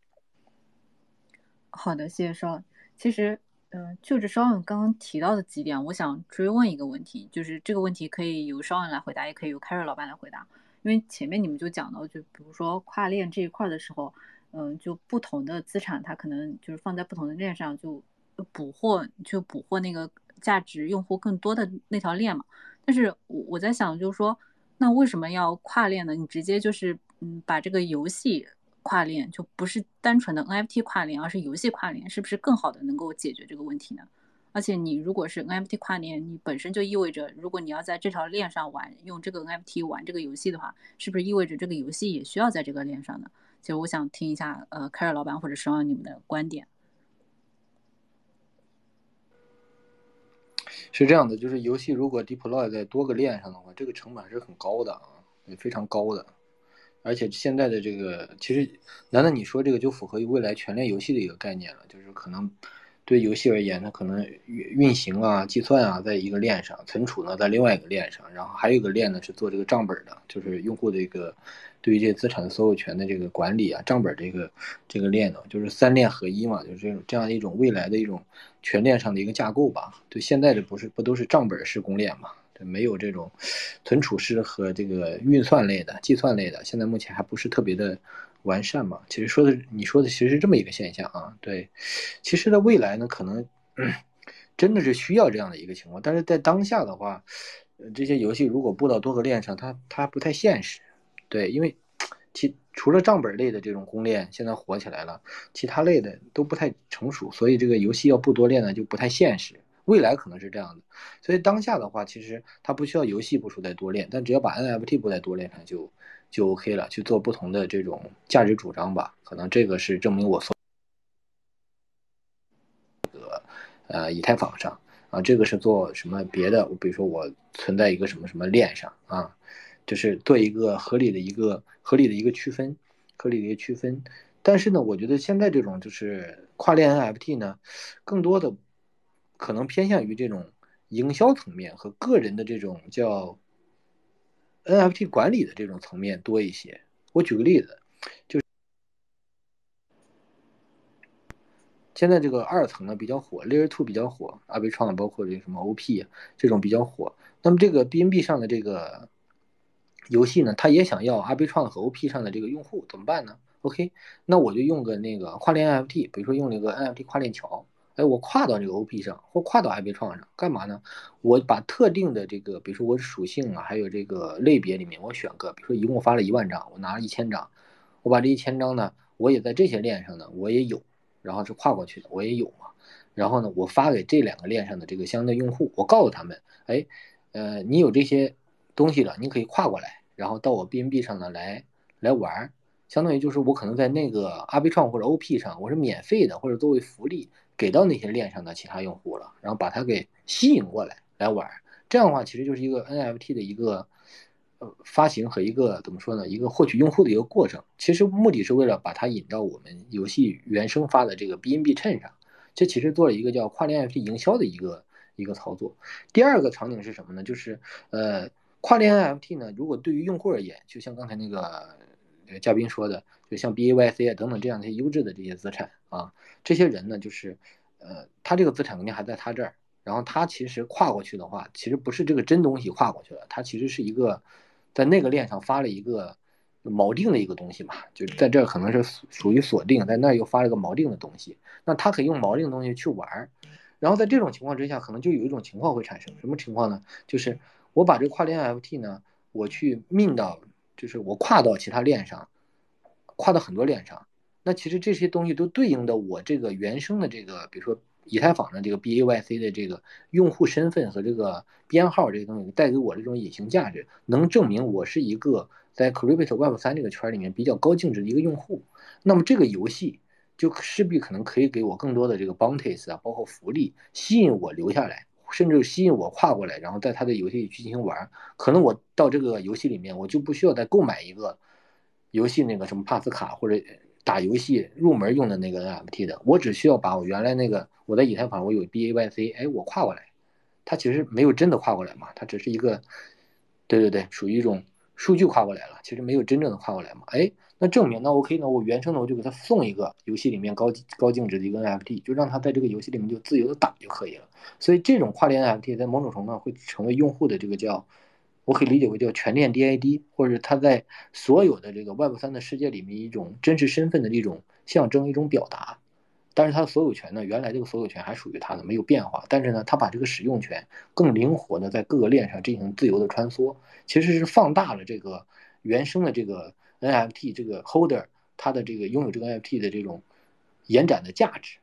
好的，谢谢邵。其实嗯、呃，就着邵恩刚刚提到的几点，我想追问一个问题，就是这个问题可以由邵恩来回答，也可以由凯瑞老板来回答。因为前面你们就讲到，就比如说跨链这一块的时候，嗯、呃，就不同的资产它可能就是放在不同的链上，就捕获就捕获那个价值用户更多的那条链嘛。但是我我在想，就是说，那为什么要跨链呢？你直接就是嗯把这个游戏跨链，就不是单纯的 N F T 跨链，而是游戏跨链，是不是更好的能够解决这个问题呢？而且你如果是 N F T 跨链，你本身就意味着，如果你要在这条链上玩，用这个 N F T 玩这个游戏的话，是不是意味着这个游戏也需要在这个链上呢？其实我想听一下，呃，凯尔老板或者双你们的观点。 是这样的，就是游戏如果 deploy 在多个链上的话，这个成本还是很高的啊，非常高的。而且现在的这个，其实，难道你说这个就符合未来全链游戏的一个概念了？就是可能对游戏而言，它可能运行啊、计算啊，在一个链上，存储呢在另外一个链上，然后还有一个链呢是做这个账本的，就是用户的一个对于这些资产的所有权的这个管理啊、账本这个这个链呢，就是三链合一嘛，就是这种这样一种未来的一种全链上的一个架构吧。对现在的不是不都是账本式公链嘛？没有这种存储式和这个运算类的、计算类的，现在目前还不是特别的完善嘛。其实说的，你说的其实是这么一个现象啊。对，其实在未来呢，可能、嗯、真的是需要这样的一个情况，但是在当下的话，这些游戏如果布到多个链上，它它不太现实。对，因为其除了账本类的这种公链现在火起来了，其他类的都不太成熟，所以这个游戏要布多链呢就不太现实。未来可能是这样的，所以当下的话，其实它不需要游戏部署在多链，但只要把 N F T 布在多链上就就 OK 了，去做不同的这种价值主张吧。可能这个是证明我所呃以太坊上啊，这个是做什么别的？比如说我存在一个什么什么链上啊， 就是做一个合理的一个合理的一个区分，合理的一个区分。但是呢，我觉得现在这种就是跨链 N F T 呢，更多的可能偏向于这种营销层面和个人的这种叫 N F T 管理的这种层面多一些。我举个例子，就是现在这个二层呢比较火 ，Layer 二比较火，阿贝创包括这个什么 O P 这种比较火。那么这个 B N B 上的这个游戏呢，它也想要阿贝创和 O P 上的这个用户，怎么办呢 ？OK， 那我就用个那个跨链 N F T，比如说用那个 N F T 跨链桥，哎，我跨到这个 O P 上，或跨到阿贝创上，干嘛呢？我把特定的这个，比如说我属性啊，还有这个类别里面，我选个，比如说一共发了一万张，我拿了一千张，我把这一千张呢，我也在这些链上呢，我也有，然后是跨过去的，我也有嘛。然后呢，我发给这两个链上的这个相应的用户，我告诉他们，哎，呃，你有这些东西了，你可以跨过来，然后到我 B N B 上呢来来玩，相当于就是我可能在那个阿贝创或者 O P 上，我是免费的或者作为福利给到那些链上的其他用户了，然后把它给吸引过来来玩。这样的话，其实就是一个 N F T 的一个呃发行和一个怎么说呢，一个获取用户的一个过程。其实目的是为了把它引到我们游戏原生发的这个 B N B 衬上。这其实做了一个叫跨链 N F T 营销的一个一个操作。第二个场景是什么呢？就是呃，跨链 N F T 呢，如果对于用户而言，就像刚才那个嘉宾说的，就像 B A Y C 啊等等这样的优质的这些资产啊，这些人呢，就是呃，他这个资产肯定还在他这儿，然后他其实跨过去的话，其实不是这个真东西跨过去了，他其实是一个在那个链上发了一个锚定的一个东西嘛，就是在这儿可能是属于锁定，在那儿又发了个锚定的东西。那他可以用锚定的东西去玩，然后在这种情况之下，可能就有一种情况会产生什么情况呢？就是我把这个跨链 N F T 呢，我去 min 到，就是我跨到其他链上，跨到很多链上，那其实这些东西都对应的我这个原生的这个，比如说以太坊的这个 B A Y C 的这个用户身份和这个编号这些东西，带给我这种隐形价值，能证明我是一个在 Crypto Web 三这个圈里面比较高净值的一个用户。那么这个游戏就势必可能可以给我更多的这个 bounties 啊，包括福利，吸引我留下来，甚至吸引我跨过来，然后在他的游戏里去进行玩。可能我到这个游戏里面，我就不需要再购买一个游戏那个什么 pass 卡或者打游戏入门用的那个 N F T 的，我只需要把我原来那个我在以太坊我有 B A Y C， 哎，我跨过来，它其实没有真的跨过来嘛，它只是一个，对对对，属于一种数据跨过来了，其实没有真正的跨过来嘛，哎。那证明那 OK 呢？我原生的我就给他送一个游戏里面高高净值的一个 N F T， 就让他在这个游戏里面就自由的打就可以了。所以这种跨链 N F T 在某种程度上会成为用户的这个叫，我可以理解为叫全链 D I D， 或者他在所有的这个 Web 三的世界里面一种真实身份的一种象征、一种表达。但是它的所有权呢，原来这个所有权还属于他的，没有变化。但是呢，他把这个使用权更灵活的在各个链上进行自由的穿梭，其实是放大了这个原生的这个 N F T 这个 holder 它的这个拥有这个 N F T 的这种延展的价值。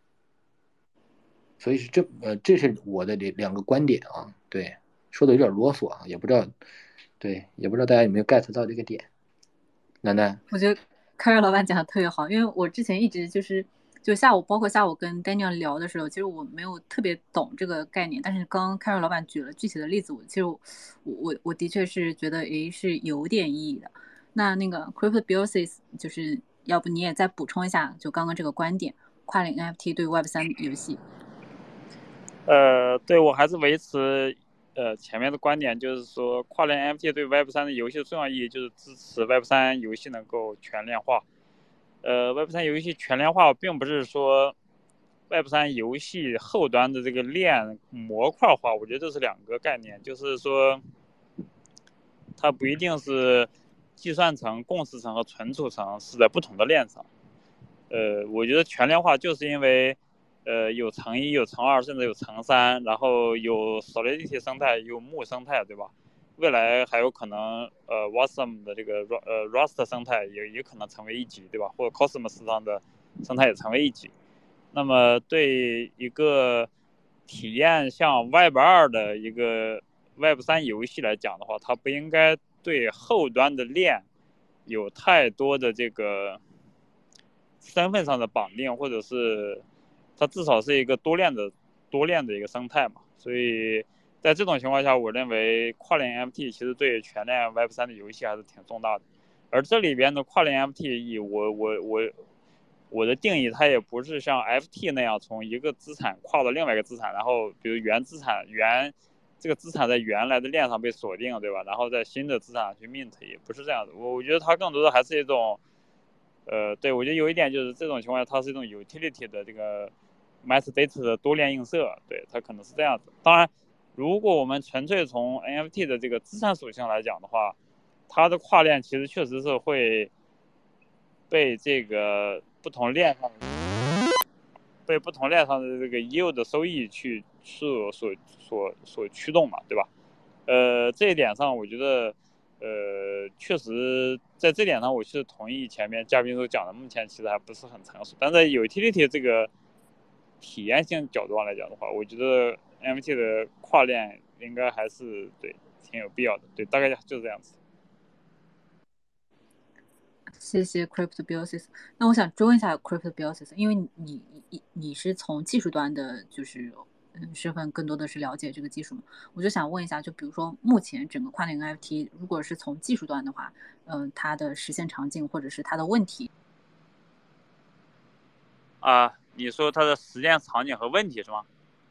所以是这呃，这是我的两个观点啊。对，说的有点啰嗦啊，也不知道，对，也不知道大家有没有 get 到这个点。楠楠， 我觉得凯瑞老板讲的特别好，因为我之前一直就是就下午包括下午跟 Daniel 聊的时候，其实我没有特别懂这个概念，但是刚刚凯瑞老板举了具体的例子，我其实我我我的确是觉得诶是有点意义的。那那个 Cryptobiosis 就是要不你也再补充一下，就刚刚这个观点，跨链 N F T 对 Web 三 游戏。 呃，对，我还是维持呃前面的观点，就是说跨链 N F T 对 Web 三 的游戏的重要意义就是支持 Web 三 游戏能够全链化。呃 ，Web 三 游戏全链化并不是说 Web 三 游戏后端的这个链模块化，我觉得这是两个概念，就是说它不一定是计算层、共识层和存储层是在不同的链上。呃，我觉得全链化就是因为呃，有层一，有层二，甚至有层三，然后有 Solidity 生态，有木生态，对吧？未来还有可能，呃 ，Wasm 的这个呃 Rust 生态也也可能成为一级，对吧？或者 Cosmos 上的生态也成为一级。那么对一个体验像 Web 二的一个 Web 三游戏来讲的话，它不应该对后端的链有太多的这个身份上的绑定，或者是它至少是一个多链的多链的一个生态嘛，所以在这种情况下，我认为跨链 N F T 其实对全链 Web 三的游戏还是挺重大的。而这里边的跨链 N F T， 我我我我的定义，它也不是像 F T 那样从一个资产跨到另外一个资产，然后比如原资产原这个资产在原来的链上被锁定，对吧？然后在新的资产上去 mint， 也不是这样的。我我觉得它更多的还是一种，呃，对我觉得有一点就是这种情况下，它是一种 utility 的这个 metadata 的多链映射，对，它可能是这样子。当然，如果我们纯粹从 N F T 的这个资产属性来讲的话，它的跨链其实确实是会被这个不同链上被不同链上的这个 yield 的收益去所所所所驱动嘛，对吧？呃，这一点上我觉得，呃，确实在这点上我是同意前面嘉宾所讲的，目前其实还不是很成熟。但在 utility 这个体验性角度上来讲的话，我觉得 N F T 的跨链应该还是对挺有必要的，对，大概就是这样子。 谢谢 Cryptobiosis。那我想追问一下 Cryptobiosis， 因为你你你是从技术端的，就是嗯身份更多的是了解这个技术嘛，我就想问一下，就比如说目前整个跨链 N F T， 如果是从技术端的话，嗯、呃，它的实现场景或者是它的问题啊、呃，你说它的实践场景和问题是吗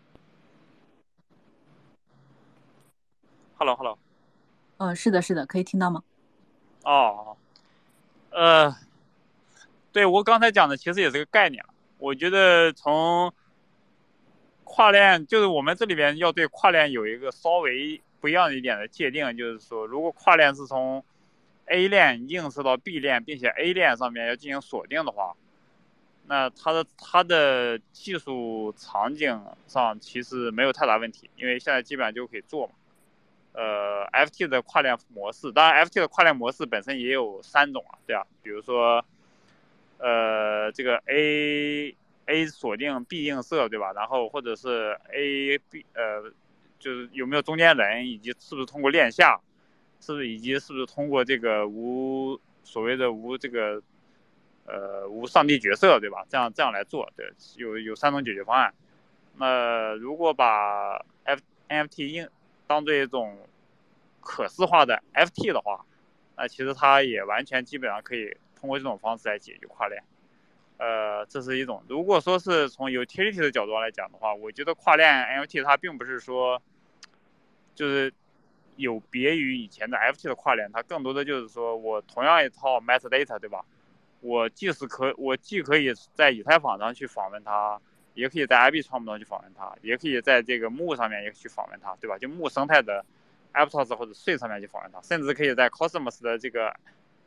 ？Hello Hello。 呃，是的，是的，可以听到吗？ 哦，呃，对，我刚才讲的其实也是个概念了。我觉得从跨链，就是我们这里边要对跨链有一个稍微不一样的一点的界定，就是说，如果跨链是从 A 链映射到 B 链，并且 A 链上面要进行锁定的话，那它的它的技术场景上其实没有太大问题，因为现在基本上就可以做嘛。呃 ，F T 的跨链模式，当然 F T 的跨链模式本身也有三种啊，对吧？比如说，呃，这个 A A 锁定 B 映射，对吧？然后或者是 A B 呃，就是有没有中间人，以及是不是通过链下，是不是以及是不是通过这个无所谓的无这个呃无上帝角色，对吧？这样这样来做，对，有有三种解决方案。那如果把 F N F T 应当做一种可视化的 F T 的话，那其实它也完全基本上可以通过这种方式来解决跨链。呃，这是一种。如果说是从 utility 的角度来讲的话，我觉得跨链 N F T 它并不是说就是有别于以前的 F T 的跨链，它更多的就是说我同样一套 metadata， 对吧？我既是可我既可以在以太坊上去访问它，也可以在 Arbitrum 上去访问它，也可以在这个木上面也去访问它，对吧？就木生态的 Aptos 或者税上面去访问它，甚至可以在 Cosmos 的这个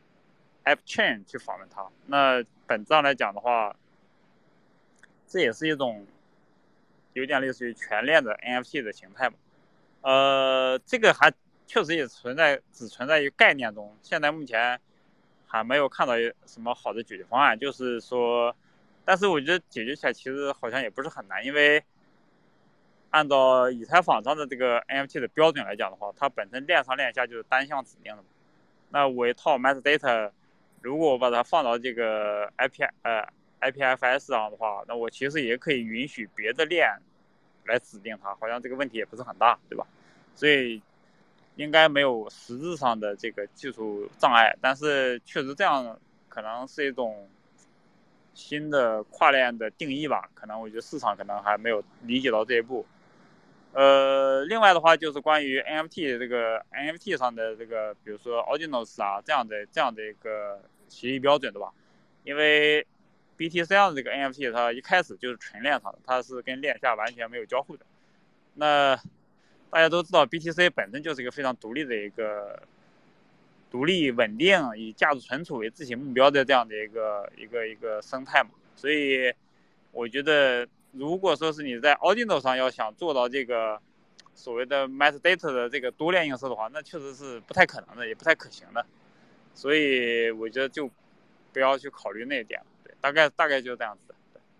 App Chain 去访问它。那本质上来讲的话，这也是一种有点类似于全链的 N F T 的形态嘛。呃，这个还确实也存在，只存在于概念中，现在目前还没有看到什么好的解决方案。就是说，但是我觉得解决起来其实好像也不是很难，因为按照以太坊上的这个 N F T 的标准来讲的话，它本身链上链下就是单向指定的嘛。那我一套 metadata， 如果我把它放到这个 I P 呃 I P F S 上的话，那我其实也可以允许别的链来指定它，好像这个问题也不是很大，对吧？所以应该没有实质上的这个技术障碍，但是确实这样可能是一种新的跨链的定义吧，可能我觉得市场可能还没有理解到这一步。呃，另外的话就是关于 N F T 这个 N F T 上的这个，比如说 Ordinals 啊这样的这样的一个协议标准，对吧？因为 B T C 上的这个 N F T 它一开始就是纯链上的，它是跟链下完全没有交互的。那大家都知道 B T C 本身就是一个非常独立的一个独立稳定以价值存储为自己目标的这样的一个一个一个生态嘛，所以我觉得如果说是你在 Ordinal 上要想做到这个所谓的 metadata 的这个多链映射的话，那确实是不太可能的，也不太可行的，所以我觉得就不要去考虑那一点了。对，大概大概就是这样子的。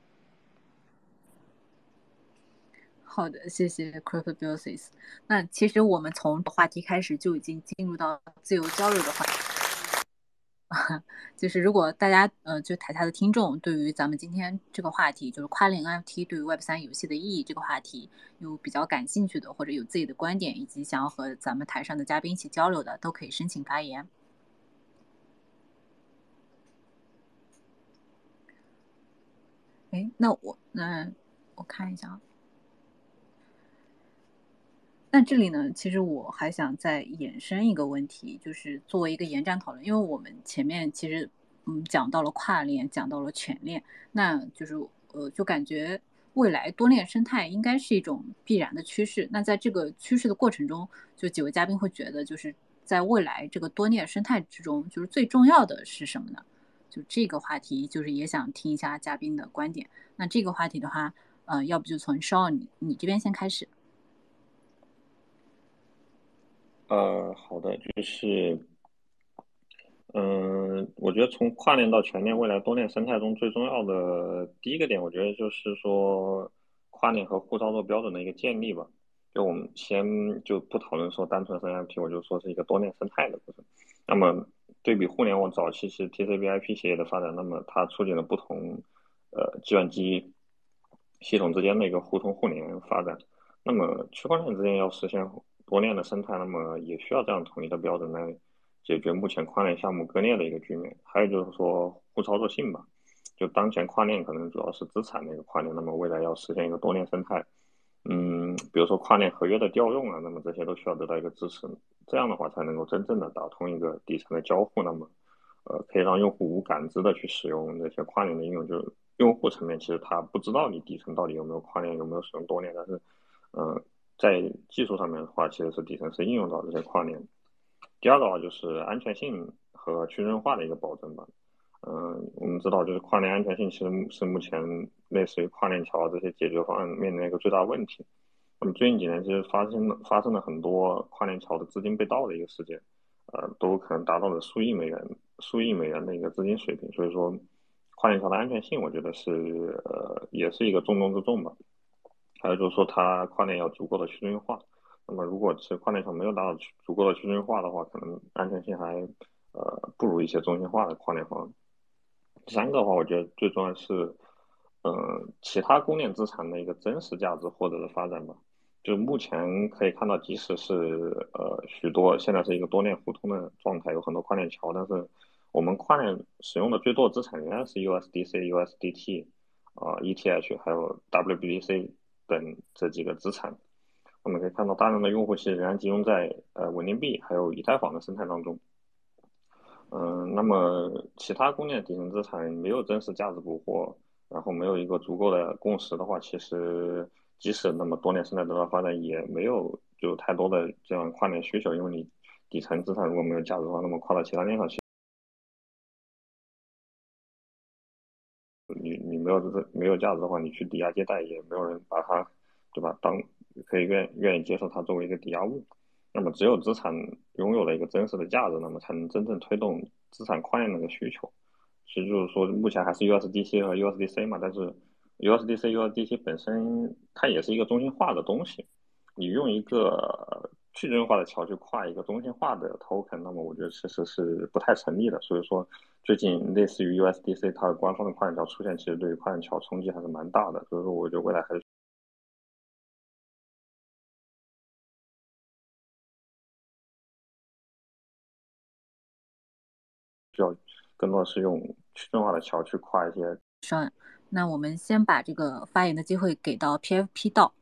好的，谢谢 Cryptobiosis。那其实我们从话题开始就已经进入到自由交流的话题。 就是如果大家呃，就台下的听众对于咱们今天这个话题，就是跨链 N F T 对于 Web 三 游戏的意义这个话题，有比较感兴趣的，或者有自己的观点，以及想要和咱们台上的嘉宾一起交流的，都可以申请发言。哎，那我那我看一下啊。那这里呢，其实我还想再衍生一个问题，就是作为一个延展讨论，因为我们前面其实嗯讲到了跨链，讲到了全链，那就是呃就感觉未来多链生态应该是一种必然的趋势。那在这个趋势的过程中，就几位嘉宾会觉得，就是在未来这个多链生态之中，就是最重要的是什么呢？就这个话题，就是也想听一下嘉宾的观点。那这个话题的话，呃，要不就从邵你你这边先开始。 呃，好的，就是，嗯、我觉得从跨链到全链，未来多链生态中最重要的第一个点，我觉得就是说跨链和互操作标准的一个建立吧。就我们先就不讨论说单纯是 N F T，我就说是一个多链生态的过程。那么对比互联网早期是 T C P/I P 协议的发展，那么它促进了不同呃计算机系统之间的一个互通互联发展。那么区块链之间要实现多链的生态，那么也需要这样统一的标准来解决目前跨链项目割裂的一个局面。还有就是说互操作性吧，就当前跨链可能主要是资产的一个跨链，那么未来要实现一个多链生态，嗯，比如说跨链合约的调用啊，那么这些都需要得到一个支持，这样的话才能够真正的打通一个底层的交互，那么呃可以让用户无感知的去使用这些跨链的应用，就是用户层面其实他不知道你底层到底有没有跨链，有没有使用多链，但是呃在技术上面的话，其实是底层是应用到这些跨链。第二个话就是安全性和去中心化的一个保证吧。嗯、呃，我们知道就是跨链安全性其实是目前类似于跨链桥这些解决方案面临的一个最大问题。那么最近几年其实发生了发生了很多跨链桥的资金被盗的一个事件，呃，都可能达到了数亿美元、数亿美元的一个资金水平。所以说，跨链桥的安全性，我觉得是呃也是一个重中之重吧。还有就是说，它跨链要足够的去中心化。那么，如果是跨链桥没有达到足够的去中心化的话，可能安全性还呃不如一些中心化的跨链方案。第三个的话，我觉得最重要的是，呃，其他公链资产的一个真实价值获得的发展吧。就目前可以看到，即使是呃许多现在是一个多链互通的状态，有很多跨链桥，但是我们跨链使用的最多的资产仍然是 U S D C、U S D T、啊 E T H 还有 W B T C 等这几个资产。我们可以看到，大量的用户其实仍然集中在呃稳定币还有以太坊的生态当中。嗯、呃，那么其他公链底层资产没有真实价值捕获，然后没有一个足够的共识的话，其实即使那么多年生态得到发展，也没有就太多的这样跨链需求，因为你底层资产如果没有价值的话，那么跨到其他链上去，你你没有没有价值的话，你去抵押借贷也没有人把它，对吧？当可以愿愿意接受它作为一个抵押物。那么只有资产拥有了一个真实的价值，那么才能真正推动资产跨链的一个需求。其实就是说，目前还是 U S D C 和 U S D C 嘛，但是 U S D C、U S D C 本身它也是一个中心化的东西。你用一个去中心化的桥去跨一个中心化的 token，那么我觉得其实是不太成立的。所以说，最近类似于 U S D C 它的官方的跨链桥出现，其实对于跨链桥冲击还是蛮大的。所以说，我觉得未来还是需要更多的是用去中心化的桥去跨一些。 稍，那我们先把这个发言的机会给到 P F P 道。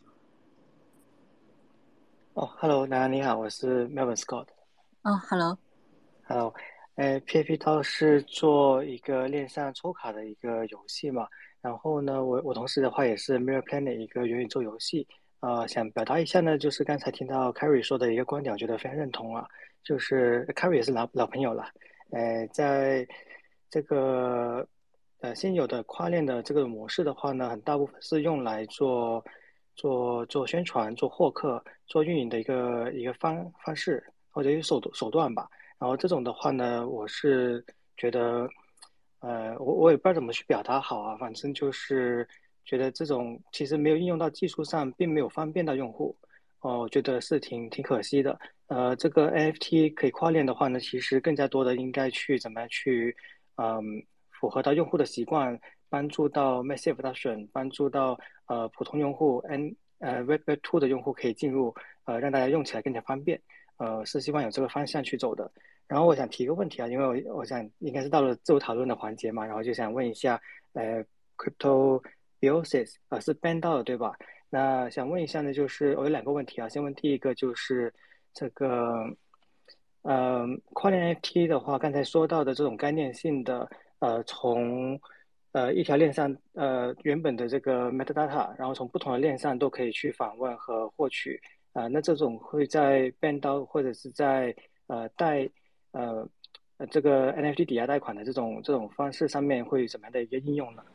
哦，Hello，大家你好，我是 Melvin Scott。 哦，Hello。 Hello，呃，P F P 道是做一个链上抽卡的一个游戏嘛，然后呢，我我同时的话也是 Mirror Planet 一个元宇宙游戏，呃，想表达一下呢，就是刚才听到 Carry 说的一个观点，我觉得非常认同啊，就是 Carry 也是老老朋友了，呃，在这个呃现有的跨链的这个模式的话呢，很大部分是用来做做做宣传、做获客、做运营的一个一个方方式或者一个手手段吧。然后这种的话呢，我是觉得，呃，我我也不知道怎么去表达好啊，反正就是觉得这种其实没有应用到技术上，并没有方便到用户。 哦，我觉得是挺挺可惜的。呃，这个 N F T 可以跨链的话呢，其实更加多的应该去怎么样去，嗯，符合到用户的习惯，帮助到 massive adoption，帮助到呃普通用户 N 呃 Web Web Two 的用户可以进入，呃，让大家用起来更加方便。呃，是希望有这个方向去走的。然后我想提个问题啊，因为我我想应该是到了自我讨论的环节嘛，然后就想问一下，呃，Crypto Biosis，呃，是 ban 到了对吧？那想问一下呢，就是我有两个问题啊。先问第一个，就是这个，呃，跨链 N F T 的话，刚才说到的这种概念性的，呃，从呃一条链上，呃原本的这个 metadata，然后从不同的链上都可以去访问和获取，啊、那这种会在变刀或者是在呃贷呃呃这个 N F T 抵押贷款的这种这种方式上面会有什么样的一个应用呢？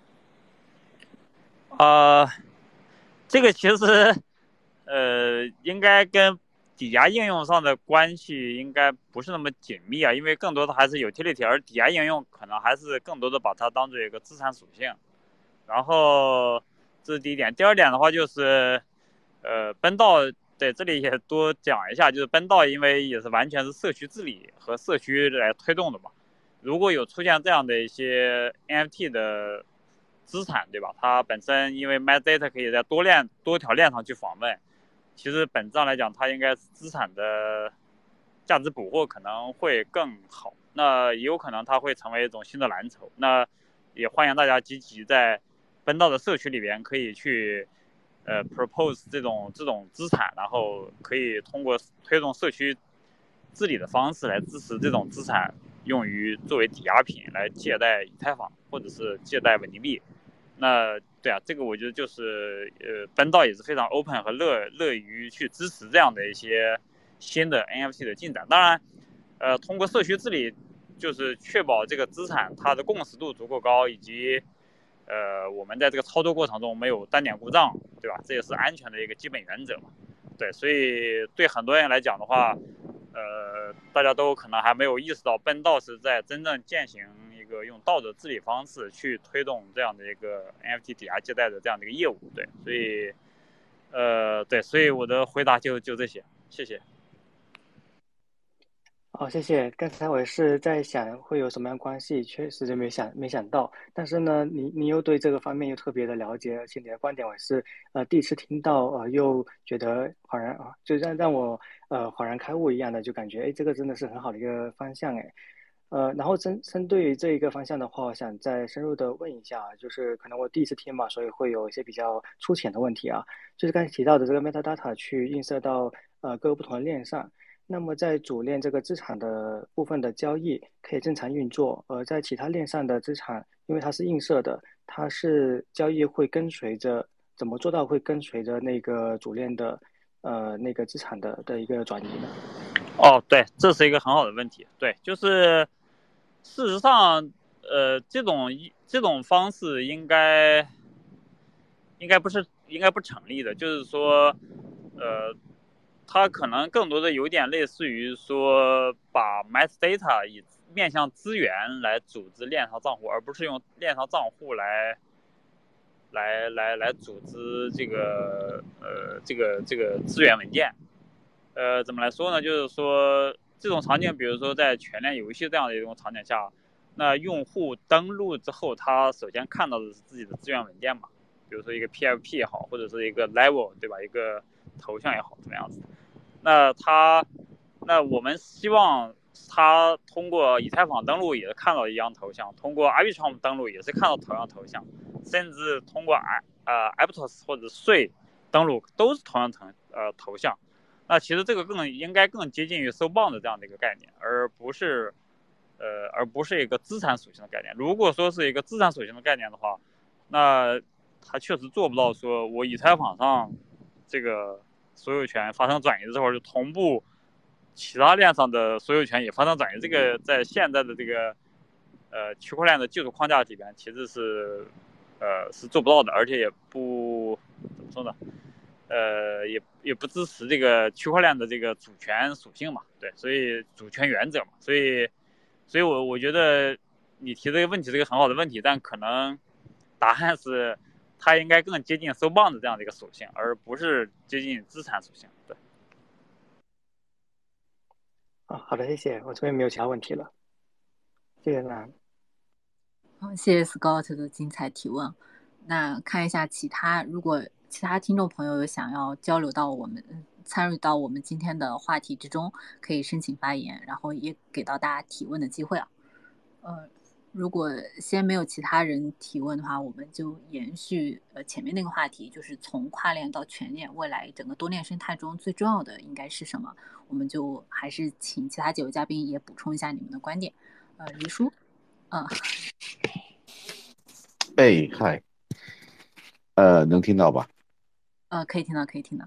啊、呃，这个其实呃应该跟抵押应用上的关系应该不是那么紧密啊，因为更多的还是 utility， 而抵押应用可能还是更多的把它当做一个资产属性。然后这是第一点。第二点的话就是，呃，奔道对这里也多讲一下，就是奔道因为也是完全是社区治理和社区来推动的嘛。如果有出现这样的一些 N F T 的资产，对吧？它本身因为 metadata 可以在多链多条链上去访问，其实本质上来讲，它应该是资产的价值捕获可能会更好。那也有可能它会成为一种新的蓝筹。那也欢迎大家积极在奔道的社区里边可以去呃 propose 这种这种资产，然后可以通过推动社区治理的方式来支持这种资产用于作为抵押品来借贷以太坊或者是借贷稳定币。那对啊，这个我觉得就是呃奔道也是非常 open 和乐乐于去支持这样的一些新的 N F T 的进展。当然呃通过社区治理就是确保这个资产它的共识度足够高，以及呃，我们在这个操作过程中没有单点故障，对吧？这也是安全的一个基本原则嘛。对，所以对很多人来讲的话，呃，大家都可能还没有意识到，奔道是在真正践行一个用道德治理方式去推动这样的一个 N F T 抵押借贷的这样的一个业务。对，所以，呃，对，所以我的回答就就这些，谢谢。 哦，谢谢。刚才我也是在想会有什么样关系，确实就没想没想到。但是呢，你你又对这个方面又特别的了解，而且你的观点我是呃第一次听到，呃，又觉得恍然啊，就让让我呃恍然开悟一样的，就感觉哎，这个真的是很好的一个方向哎。呃，然后针针对于这一个方向的话，我想再深入的问一下，就是可能我第一次听嘛，所以会有一些比较粗浅的问题啊，就是刚才提到的这个 metadata 去映射到呃各个不同的链上。那么在主链这个资产的部分的交易可以正常运作，而在其他链上的资产，因为它是映射的，它是交易会跟随着怎么做到会跟随着那个主链的呃那个资产的的一个转移呢？ 哦，对，这是一个很好的问题。对，就是事实上，呃，这种这种方式应该应该不是应该不成立的，就是说，呃。它可能更多的有点类似于说把 metadata 以面向资源来组织链上账户，而不是用链上账户来来来来组织这个呃这个这个资源文件。呃，怎么来说呢？就是说这种场景，比如说在全链游戏这样的一种场景下，那用户登录之后，他首先看到的是自己的资源文件嘛，比如说一个 P F P 也好，或者是一个 level 对吧，一个头像也好，怎么样子。那他，那我们希望他通过以太坊登录也是看到一样头像，通过 Arbitrum 登录也是看到同样头像，甚至通过呃 Aptos 或者税登录都是同样头呃头像。那其实这个更应该更接近于收棒的这样的一个概念，而不是呃而不是一个资产属性的概念。如果说是一个资产属性的概念的话，那它确实做不到说我以太坊上这个所有权发生转移之后，就同步其他链上的所有权也发生转移。这个在现在的这个呃区块链的技术框架里边，其实是呃是做不到的，而且也不怎么说呢，呃也也不支持这个区块链的这个主权属性嘛，对，所以主权原则嘛，所以所以我我觉得你提这个问题是一个很好的问题，但可能答案是它应该更接近收棒的这样的一个属性，而不是接近资产属性。对。 啊，好的，谢谢，我这边没有其他问题了，谢谢那。 好，谢谢 Scott 的精彩提问。那看一下其他，如果其他听众朋友有想要交流到我们参与到我们今天的话题之中，可以申请发言，然后也给到大家提问的机会啊。呃，如果先没有其他人提问的话，我们就延续呃前面那个话题，就是从跨链到全链，未来整个多链生态中最重要的应该是什么？我们就还是请其他几位嘉宾也补充一下你们的观点。呃，黎叔，嗯、呃， 哎，嗨，呃，能听到吧？ 呃，可以听到，可以听到。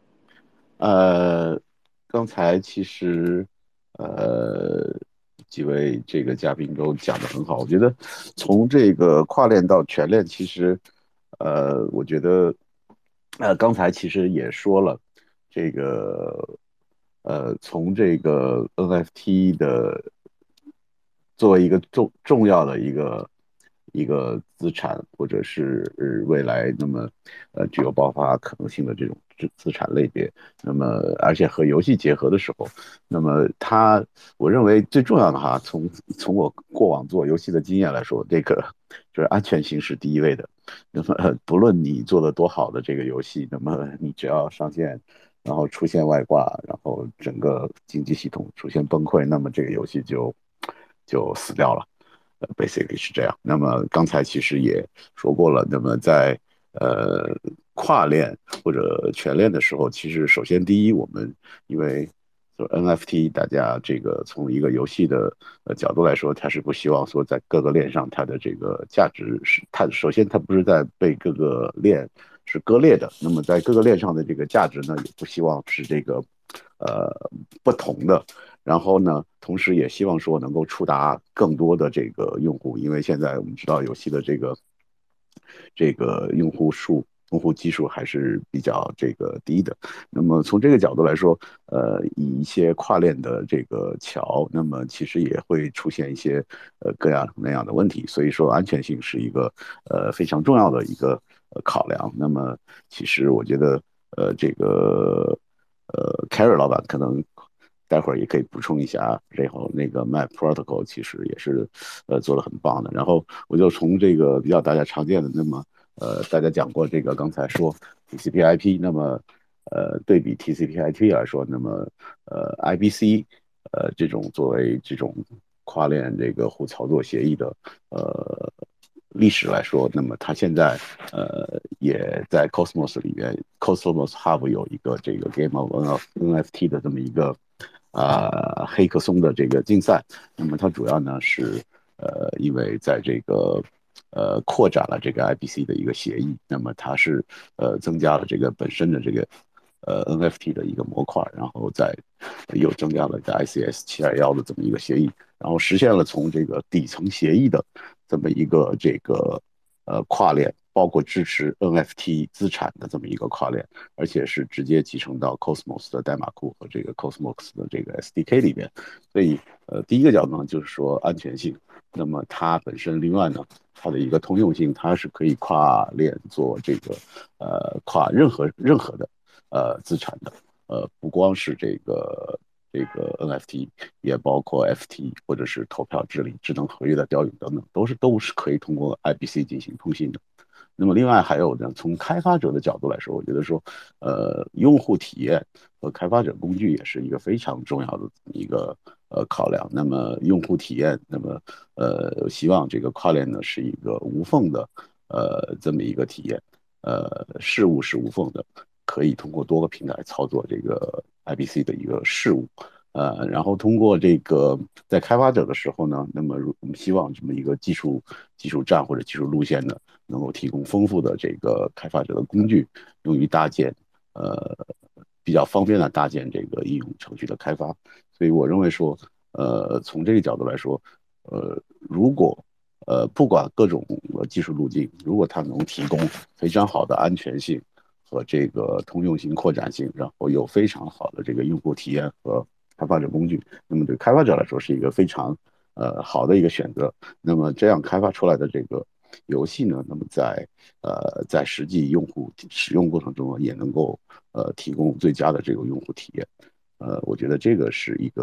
呃，刚才其实呃几位这个嘉宾都讲得很好，我觉得从这个跨链到全链，其实呃，我觉得呃刚才其实也说了，这个呃从这个 N F T 的作为一个重重要的一个一个资产，或者是呃未来那么呃具有爆发可能性的这种资资产类别，那么而且和游戏结合的时候，那么它我认为最重要的哈，从从我过往做游戏的经验来说，这个就是安全性是第一位的。那么呃不论你做的多好的这个游戏，那么你只要上线。然后出现外挂，然后整个经济系统出现崩溃，那么这个游戏就就死掉了。呃，basically 是这样。那么刚才其实也说过了，那么在呃跨链或者全链的时候，其实首先第一，我们因为就 N F T，大家这个从一个游戏的呃角度来说，它是不希望说在各个链上它的这个价值是它首先它不是在被各个链是割裂的，那么在各个链上的这个价值呢，也不希望是这个呃不同的。然后呢，同时也希望说能够触达更多的这个用户，因为现在我们知道游戏的这个这个用户数、用户基数还是比较这个低的。那么从这个角度来说，呃，以一些跨链的这个桥，那么其实也会出现一些呃各样那样的问题。所以说，安全性是一个呃非常重要的一个呃考量。那么其实我觉得，呃，这个呃 Carry 老板可能待会儿也可以补充一下，然后那个 Map Protocol 其实也是呃做的很棒的。然后我就从这个比较大家常见的，那么呃大家讲过这个刚才说 T C P I P，那么呃对比 T C P I P 来说，那么呃 I B C 呃这种作为这种跨链这个互操作协议的呃历史来说，那么它现在呃也在 Cosmos 里面，Cosmos Hub 有一个这个 Game of N F T 的这么一个啊、呃、黑客松的这个竞赛。那么它主要呢是呃因为在这个呃扩展了这个 I B C 的一个协议，那么它是呃增加了这个本身的这个呃 N F T 的一个模块，然后再又增加了一个 I C S 七二一的这么一个协议，然后实现了从这个底层协议的这么一个这个呃跨链，包括支持 N F T 资产的这么一个跨链，而且是直接集成到 Cosmos 的代码库和这个 Cosmos 的这个 S D K 里边。所以呃第一个角度呢就是说安全性，那么它本身另外呢它的一个通用性，它是可以跨链做这个呃跨任何任何的呃资产的。呃，不光是这个这个 N F T，也包括 F T 或者是投票治理、智能合约的调用等等，都是都是可以通过 I B C 进行通信的。那么另外还有呢，从开发者的角度来说，我觉得说，呃，用户体验和开发者工具也是一个非常重要的一个呃考量。那么用户体验，那么呃，希望这个跨链呢是一个无缝的呃这么一个体验，呃，事物是无缝的。可以通过多个平台操作这个 I B C 的一个事务，呃，然后通过这个在开发者的时候呢，那么我们希望这么一个技术技术站或者技术路线呢，能够提供丰富的这个开发者的工具，用于搭建呃比较方便的搭建这个应用程序的开发。所以我认为说，呃，从这个角度来说，呃，如果呃不管各种技术路径，如果它能提供非常好的安全性和这个通用性、扩展性，然后有非常好的这个用户体验和开发者工具，那么对开发者来说是一个非常呃好的一个选择。那么这样开发出来的这个游戏呢，那么在呃在实际用户使用过程中也能够呃提供最佳的这个用户体验。呃，我觉得这个是一个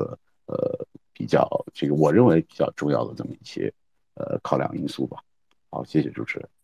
呃比较这个我认为比较重要的这么一些呃考量因素吧。好，谢谢主持人。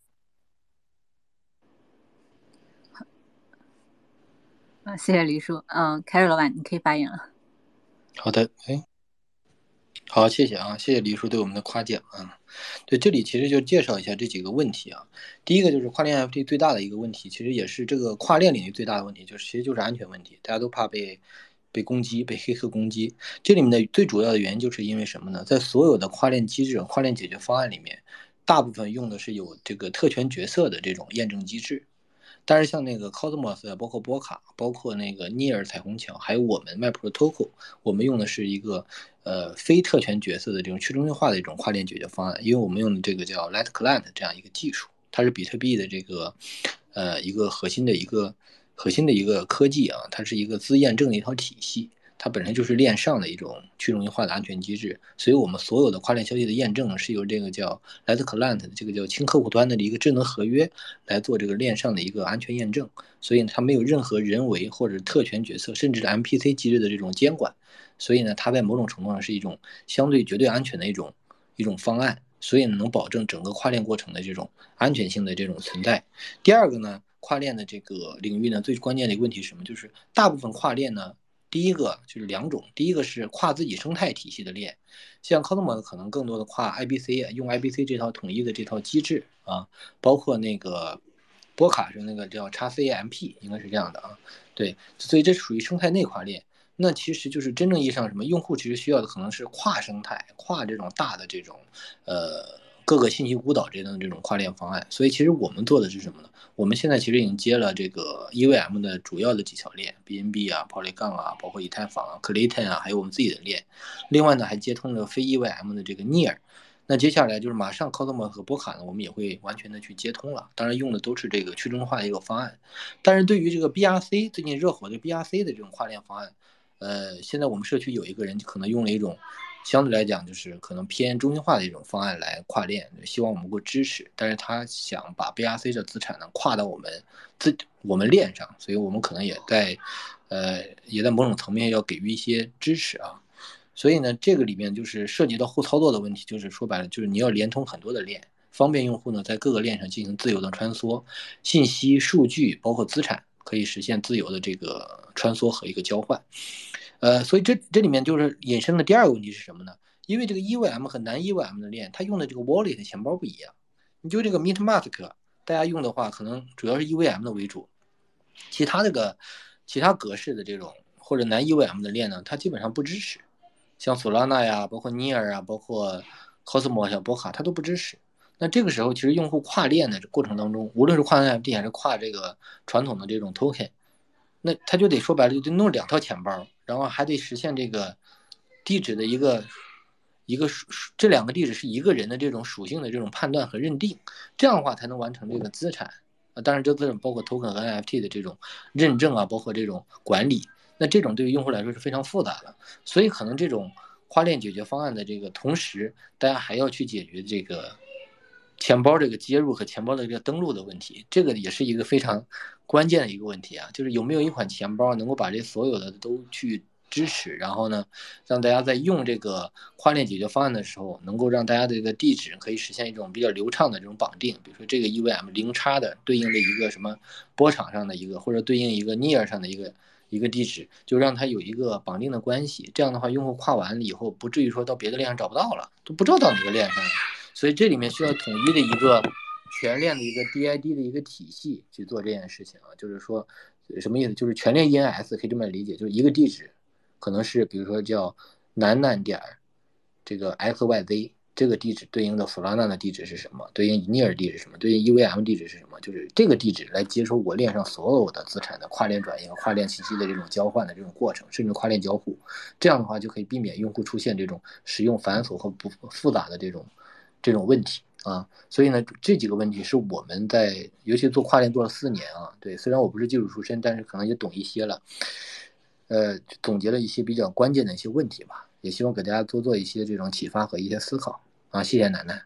啊，谢谢黎叔。嗯、呃，凯瑞老板，你可以发言了。 好的，哎，好，谢谢啊，谢谢黎叔对我们的夸奖啊。对，这里其实就介绍一下这几个问题啊。第一个就是跨链 N F T 最大的一个问题，其实也是这个跨链领域最大的问题，就是其实就是安全问题，大家都怕被被攻击，被黑客攻击。这里面的最主要的原因就是因为什么呢？在所有的跨链机制、跨链解决方案里面，大部分用的是有这个特权角色的这种验证机制。但是像那个 Cosmos 包括波卡，包括那个 Near 彩虹桥，还有我们 MapRotoco，我们用的是一个呃非特权角色的这种去中心化的一种跨链解决方案，因为我们用的这个叫 Light Client 这样一个技术，它是比特币的这个呃一个核心的一个核心的一个科技啊，它是一个自验证的一套体系。它本身就是链上的一种去中心化的安全机制，所以我们所有的跨链消息的验证是由这个叫 Light Client 的这个叫轻客户端的一个智能合约来做这个链上的一个安全验证，所以它没有任何人为或者特权角色，甚至是 M P C 机制的这种监管，所以呢，它在某种程度上是一种相对绝对安全的一种一种方案，所以能保证整个跨链过程的这种安全性的这种存在。第二个呢，跨链的这个领域呢，最关键的一个问题是什么？就是大部分跨链呢。第一个就是两种，第一个是跨自己生态体系的链，像 Cosmos 可能更多的跨 I B C， 用 I B C 这套统一的这套机制啊，包括那个波卡是那个叫 X C A M P， 应该是这样的啊，对，所以这属于生态内跨链。那其实就是真正意义上什么，用户其实需要的可能是跨生态、跨这种大的这种呃各个信息孤岛之间的这种跨链方案。所以其实我们做的是什么呢？我们现在其实已经接了这个 E V M 的主要的几条链 ，B N B 啊、Polygon 啊，包括以太坊啊、Clayton 啊，还有我们自己的链。另外呢，还接通了非 E V M 的这个 Near。那接下来就是马上 Cosmos 和波卡呢，我们也会完全的去接通了。当然用的都是这个去中心化的一个方案。但是对于这个 B R C 最近热火的 B R C 的这种跨链方案，呃，现在我们社区有一个人可能用了一种相对来讲就是可能偏中心化的一种方案来跨链，希望我们能够支持，但是他想把 B R C 的资产呢跨到我们自我们链上，所以我们可能也在呃也在某种层面要给予一些支持啊。所以呢，这个里面就是涉及到互操作的问题，就是说白了就是你要连通很多的链，方便用户呢在各个链上进行自由的穿梭，信息、数据包括资产可以实现自由的这个穿梭和一个交换。呃，所以这这里面就是引申的第二个问题是什么呢？因为这个 E V M 和南 E V M 的链，它用的这个 wallet 钱包不一样。你就这个 MetaMask，大家用的话，可能主要是 E V M 的为主，其他这个其他格式的这种或者南 E V M 的链呢，它基本上不支持。像索拉纳呀，包括 Near 啊，包括 Cosmos 像波卡，它都不支持。那这个时候，其实用户跨链的过程当中，无论是跨 N F T 还是跨这个传统的这种 token，那他就得说白了，就得弄两套钱包，然后还得实现这个地址的一个一个属这两个地址是一个人的这种属性的这种判断和认定，这样的话才能完成这个资产啊。当然，这资产包括 token 和 N F T 的这种认证啊，包括这种管理。那这种对于用户来说是非常复杂的，所以可能这种跨链解决方案的这个同时，大家还要去解决这个钱包这个接入和钱包的这个登录的问题，这个也是一个非常关键的一个问题啊，就是有没有一款钱包能够把这所有的都去支持，然后呢，让大家在用这个跨链解决方案的时候，能够让大家的这个地址可以实现一种比较流畅的这种绑定，比如说这个 E V M 零叉的对应的一个什么波场上的一个，或者对应一个 Near 上的一个。一个地址，就让它有一个绑定的关系，这样的话，用户跨完了以后，不至于说到别的链上找不到了，都不知道到哪个链上了。所以这里面需要统一的一个全链的一个 D I D 的一个体系去做这件事情啊，就是说什么意思？就是全链 E N S 可以这么理解，就是一个地址，可能是比如说叫南南点这个 X Y Z。这个地址对应的索拉纳的地址是什么？对应尼尔地址是什么？对应 E V M 地址是什么？就是这个地址来接收我链上所有的资产的跨链转移和跨链信息的这种交换的这种过程，甚至跨链交互。这样的话就可以避免用户出现这种使用繁琐和不复杂的这种这种问题啊。所以呢，这几个问题是我们在尤其做跨链做了四年啊，对，虽然我不是技术出身，但是可能也懂一些了。呃，总结了一些比较关键的一些问题吧，也希望给大家多做一些这种启发和一些思考啊。谢谢奶奶。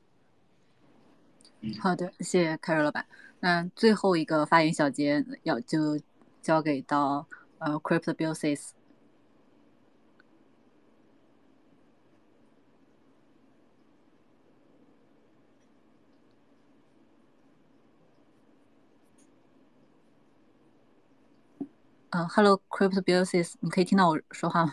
好的，谢谢凯瑞老板。那最后一个发言小节要就交给到呃 Crypto Bill Says。 嗯 ，Hello Cryptobiosis，你可以听到我说话吗？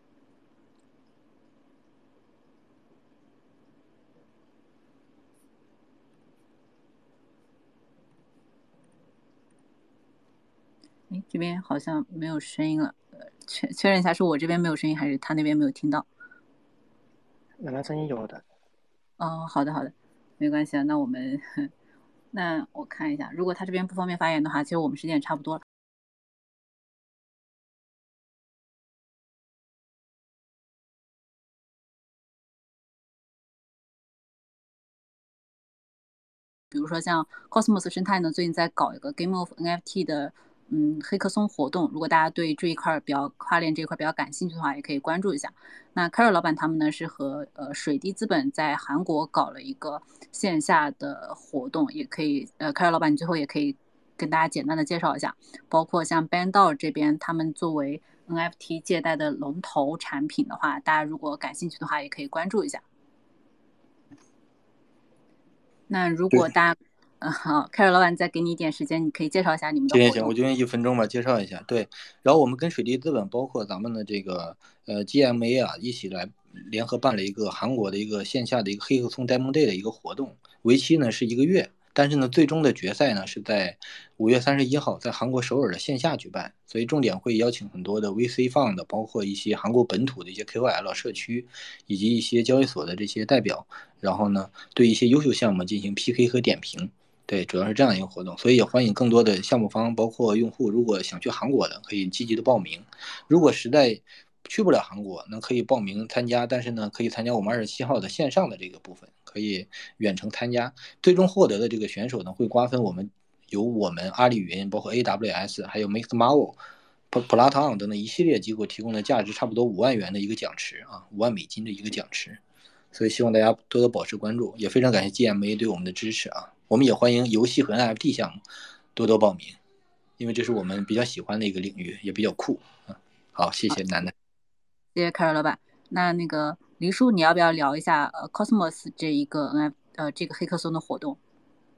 哎，这边好像没有声音了，呃，确确认一下，是我这边没有声音，还是他那边没有听到？ 那那声音有的。 哦，好的好的，没关系啊。那我们，那我看一下，如果他这边不方便发言的话，其实我们时间也差不多了。比如说像 Cosmos 生态呢，最近在搞一个 Game of N F T 的嗯黑客松活动，如果大家对这一块比较跨链这一块比较感兴趣的话，也可以关注一下。那 Carol 老板他们呢是和呃水滴资本在韩国搞了一个线下的活动，也可以呃 Carol 老板你最后也可以跟大家简单的介绍一下，包括像 BandDAO 这边他们作为 N F T 借贷的龙头产品的话，大家如果感兴趣的话，也可以关注一下。那如果大家，呃，好，凯尔老板再给你一点时间，你可以介绍一下你们的活动。 行行行，我就用一分钟吧，介绍一下。对，然后我们跟水滴资本，包括咱们的这个呃 G M A 啊，一起来联合办了一个韩国的一个线下的一个黑客松 Demo Day 的一个活动，为期呢是一个月。但是呢，最终的决赛呢是在五月三十一号在韩国首尔的线下举办，所以重点会邀请很多的 V C Fund，包括一些韩国本土的一些 K O L 社区，以及一些交易所的这些代表，然后呢对一些优秀项目进行 P K 和点评。对，主要是这样一个活动，所以也欢迎更多的项目方，包括用户，如果想去韩国的，可以积极的报名。如果实在去不了韩国，那可以报名参加，但是呢，可以参加我们二十七号的线上的这个部分，可以远程参加。最终获得的这个选手呢，会瓜分我们由我们阿里云，包括 A W S， 还有 Mixmarvel、Platon 等等一系列机构提供的价值差不多五万元的一个奖池啊，五万美金的一个奖池。所以希望大家多多保持关注，也非常感谢 G M A 对我们的支持啊！我们也欢迎游戏和 N F T 项目多多报名，因为这是我们比较喜欢的一个领域，也比较酷啊。好，谢谢楠楠， 谢谢凯尔老板。那那个黎叔，你要不要聊一下呃 Cosmos 这一个 N F 呃这个黑客松的活动？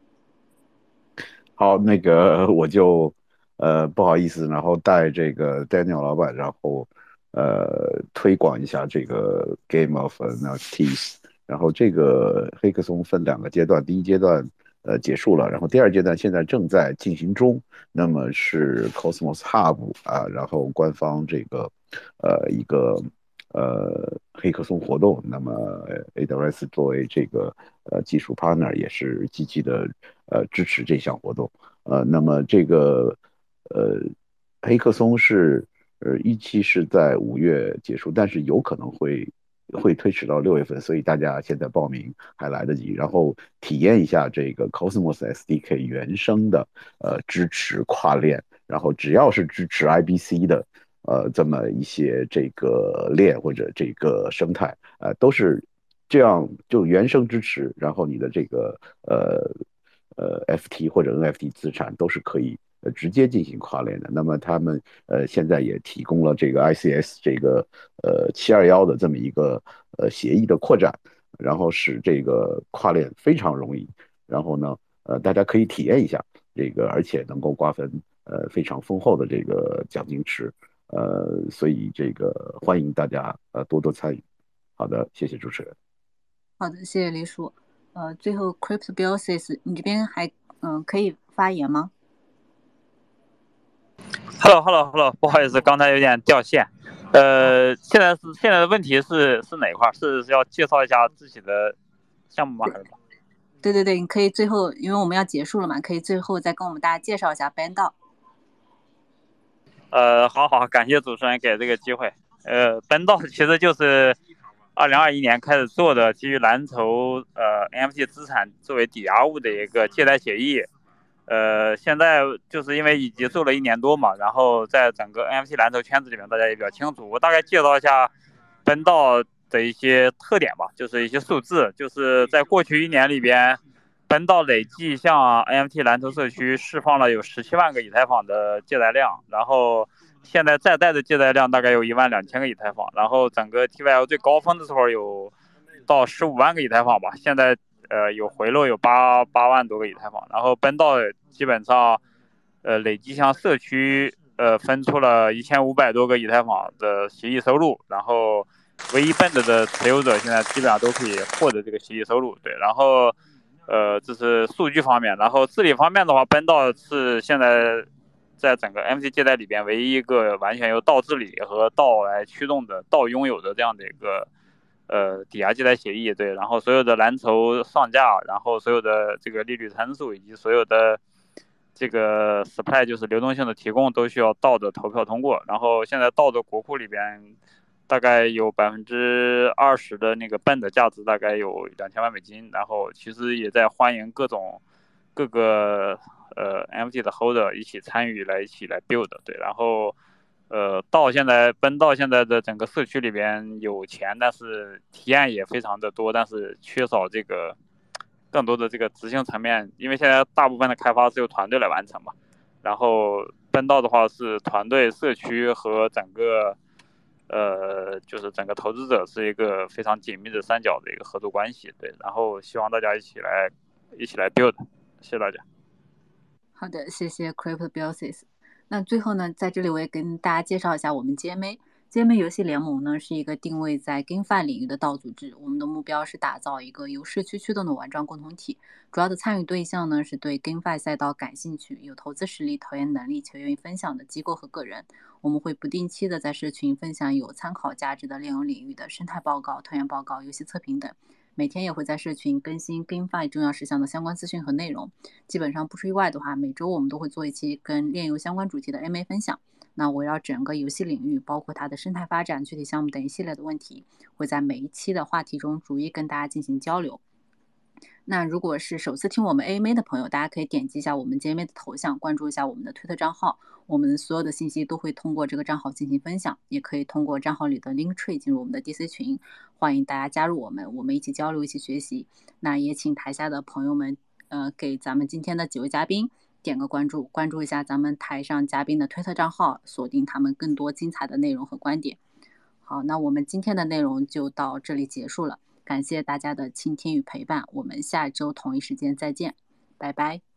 好，那个我就呃不好意思，然后带这个 Daniel 老板，然后呃推广一下这个 Game of N F Ts。然后这个黑客松分两个阶段，第一阶段呃结束了，然后第二阶段现在正在进行中。那么是 Cosmos Hub 啊，然后官方这个呃一个呃黑客松活动。那么 A W S 作为这个呃技术 partner 也是积极的呃支持这项活动。呃，那么这个呃黑客松是呃预期是在五月结束，但是有可能会会推迟到六月份，所以大家现在报名还来得及，然后体验一下这个 Cosmos S D K 原生的呃支持跨链，然后只要是支持 I B C 的呃这么一些这个链或者这个生态，呃都是这样就原生支持，然后你的这个呃呃 F T 或者 N F T 资产都是可以呃直接进行跨链的。那么他们呃现在也提供了这个 I C S 这个呃七二幺的这么一个呃协议的扩展，然后使这个跨链非常容易。然后呢呃大家可以体验一下这个，而且能够瓜分呃非常丰厚的这个奖金池。呃，所以这个欢迎大家呃多多参与。好的，谢谢主持人。 好的，谢谢黎叔。呃，最后 Cryptobiosis，你这边还嗯、呃、可以发言吗 ？Hello Hello Hello， 不好意思，刚才有点掉线。呃，现在是现在的问题是是哪一块？是要介绍一下自己的项目吗？还是什么？ 对对对，你可以最后，因为我们要结束了嘛，可以最后再跟我们大家介绍一下 BandDAO。 呃，好好，感谢主持人给这个机会。呃，BandDAO其实就是二零二一年开始做的，基于蓝筹呃 N F T 资产作为抵押物的一个借贷协议。呃，现在就是因为已经做了一年多嘛，然后在整个 N F T 蓝筹圈子里面，大家也比较清楚。我大概介绍一下 BandDAO的一些特点吧，就是一些数字，就是在过去一年里边。BandDAO累计向 N F T 蓝筹社区释放了有十七万个以太坊的借贷量，然后现在在贷的借贷量大概有一万两千个以太坊，然后整个 T Y L 最高峰的时候有到十五万个以太坊吧，现在呃有回落有八八万多个以太坊，然后 BandDAO基本上呃累计向社区呃分出了一千五百多个以太坊的协议收入，然后唯一 Band 的持有者现在基本上都可以获得这个协议收入。对，然后呃这是数据方面，然后治理方面的话 Band 是现在在整个 M F T 借贷里边唯一一个完全由道治理和道来驱动的道拥有的这样的一个呃抵押借贷协议。对，然后所有的蓝筹上架，然后所有的这个利率参数以及所有的这个 supply 就是流动性的提供都需要道的投票通过。然后现在道的国库里边大概有百分之二十的那个 Band 的价值大概有两千万美金，然后其实也在欢迎各种各个呃 M F T 的 holder 一起参与来一起来 build。 对，然后呃道现在奔道现在的整个社区里边有钱，但是体验也非常的多，但是缺少这个更多的这个执行层面，因为现在大部分的开发是由团队来完成嘛，然后奔道的话是团队、社区和整个呃就是整个投资者是一个非常紧密的三角的一个合作关系。对，然后希望大家一起来一起来 build， 谢谢大家。 好的，谢谢 Cryptobiosis。那最后呢，在这里我也跟大家介绍一下我们 G M A。G M A 游戏联盟呢是一个定位在 GameFi 领域的道组织，我们的目标是打造一个由社区驱动的玩转共同体。主要的参与对象呢是对 GameFi 赛道感兴趣、有投资实力、投研能力且愿意分享的机构和个人。我们会不定期的在社群分享有参考价值的链游领域的生态报告、投研报告、游戏测评等。每天也会在社群更新 GameFi 重要事项的相关资讯和内容。基本上不出意外的话，每周我们都会做一期跟链游相关主题的 M A 分享。那围绕整个游戏领域，包括它的生态发展、具体项目等一系列的问题，会在每一期的话题中逐一跟大家进行交流。那如果是首次听我们 A M A 的朋友，大家可以点击一下我们 G M A 的头像，关注一下我们的推特账号，我们所有的信息都会通过这个账号进行分享，也可以通过账号里的 link tree 进入我们的 D C 群，欢迎大家加入我们，我们一起交流，一起学习。那也请台下的朋友们，呃，给咱们今天的几位嘉宾点个关注，关注一下咱们台上嘉宾的推特账号，锁定他们更多精彩的内容和观点。好，那我们今天的内容就到这里结束了，感谢大家的倾听与陪伴，我们下周同一时间再见，拜拜。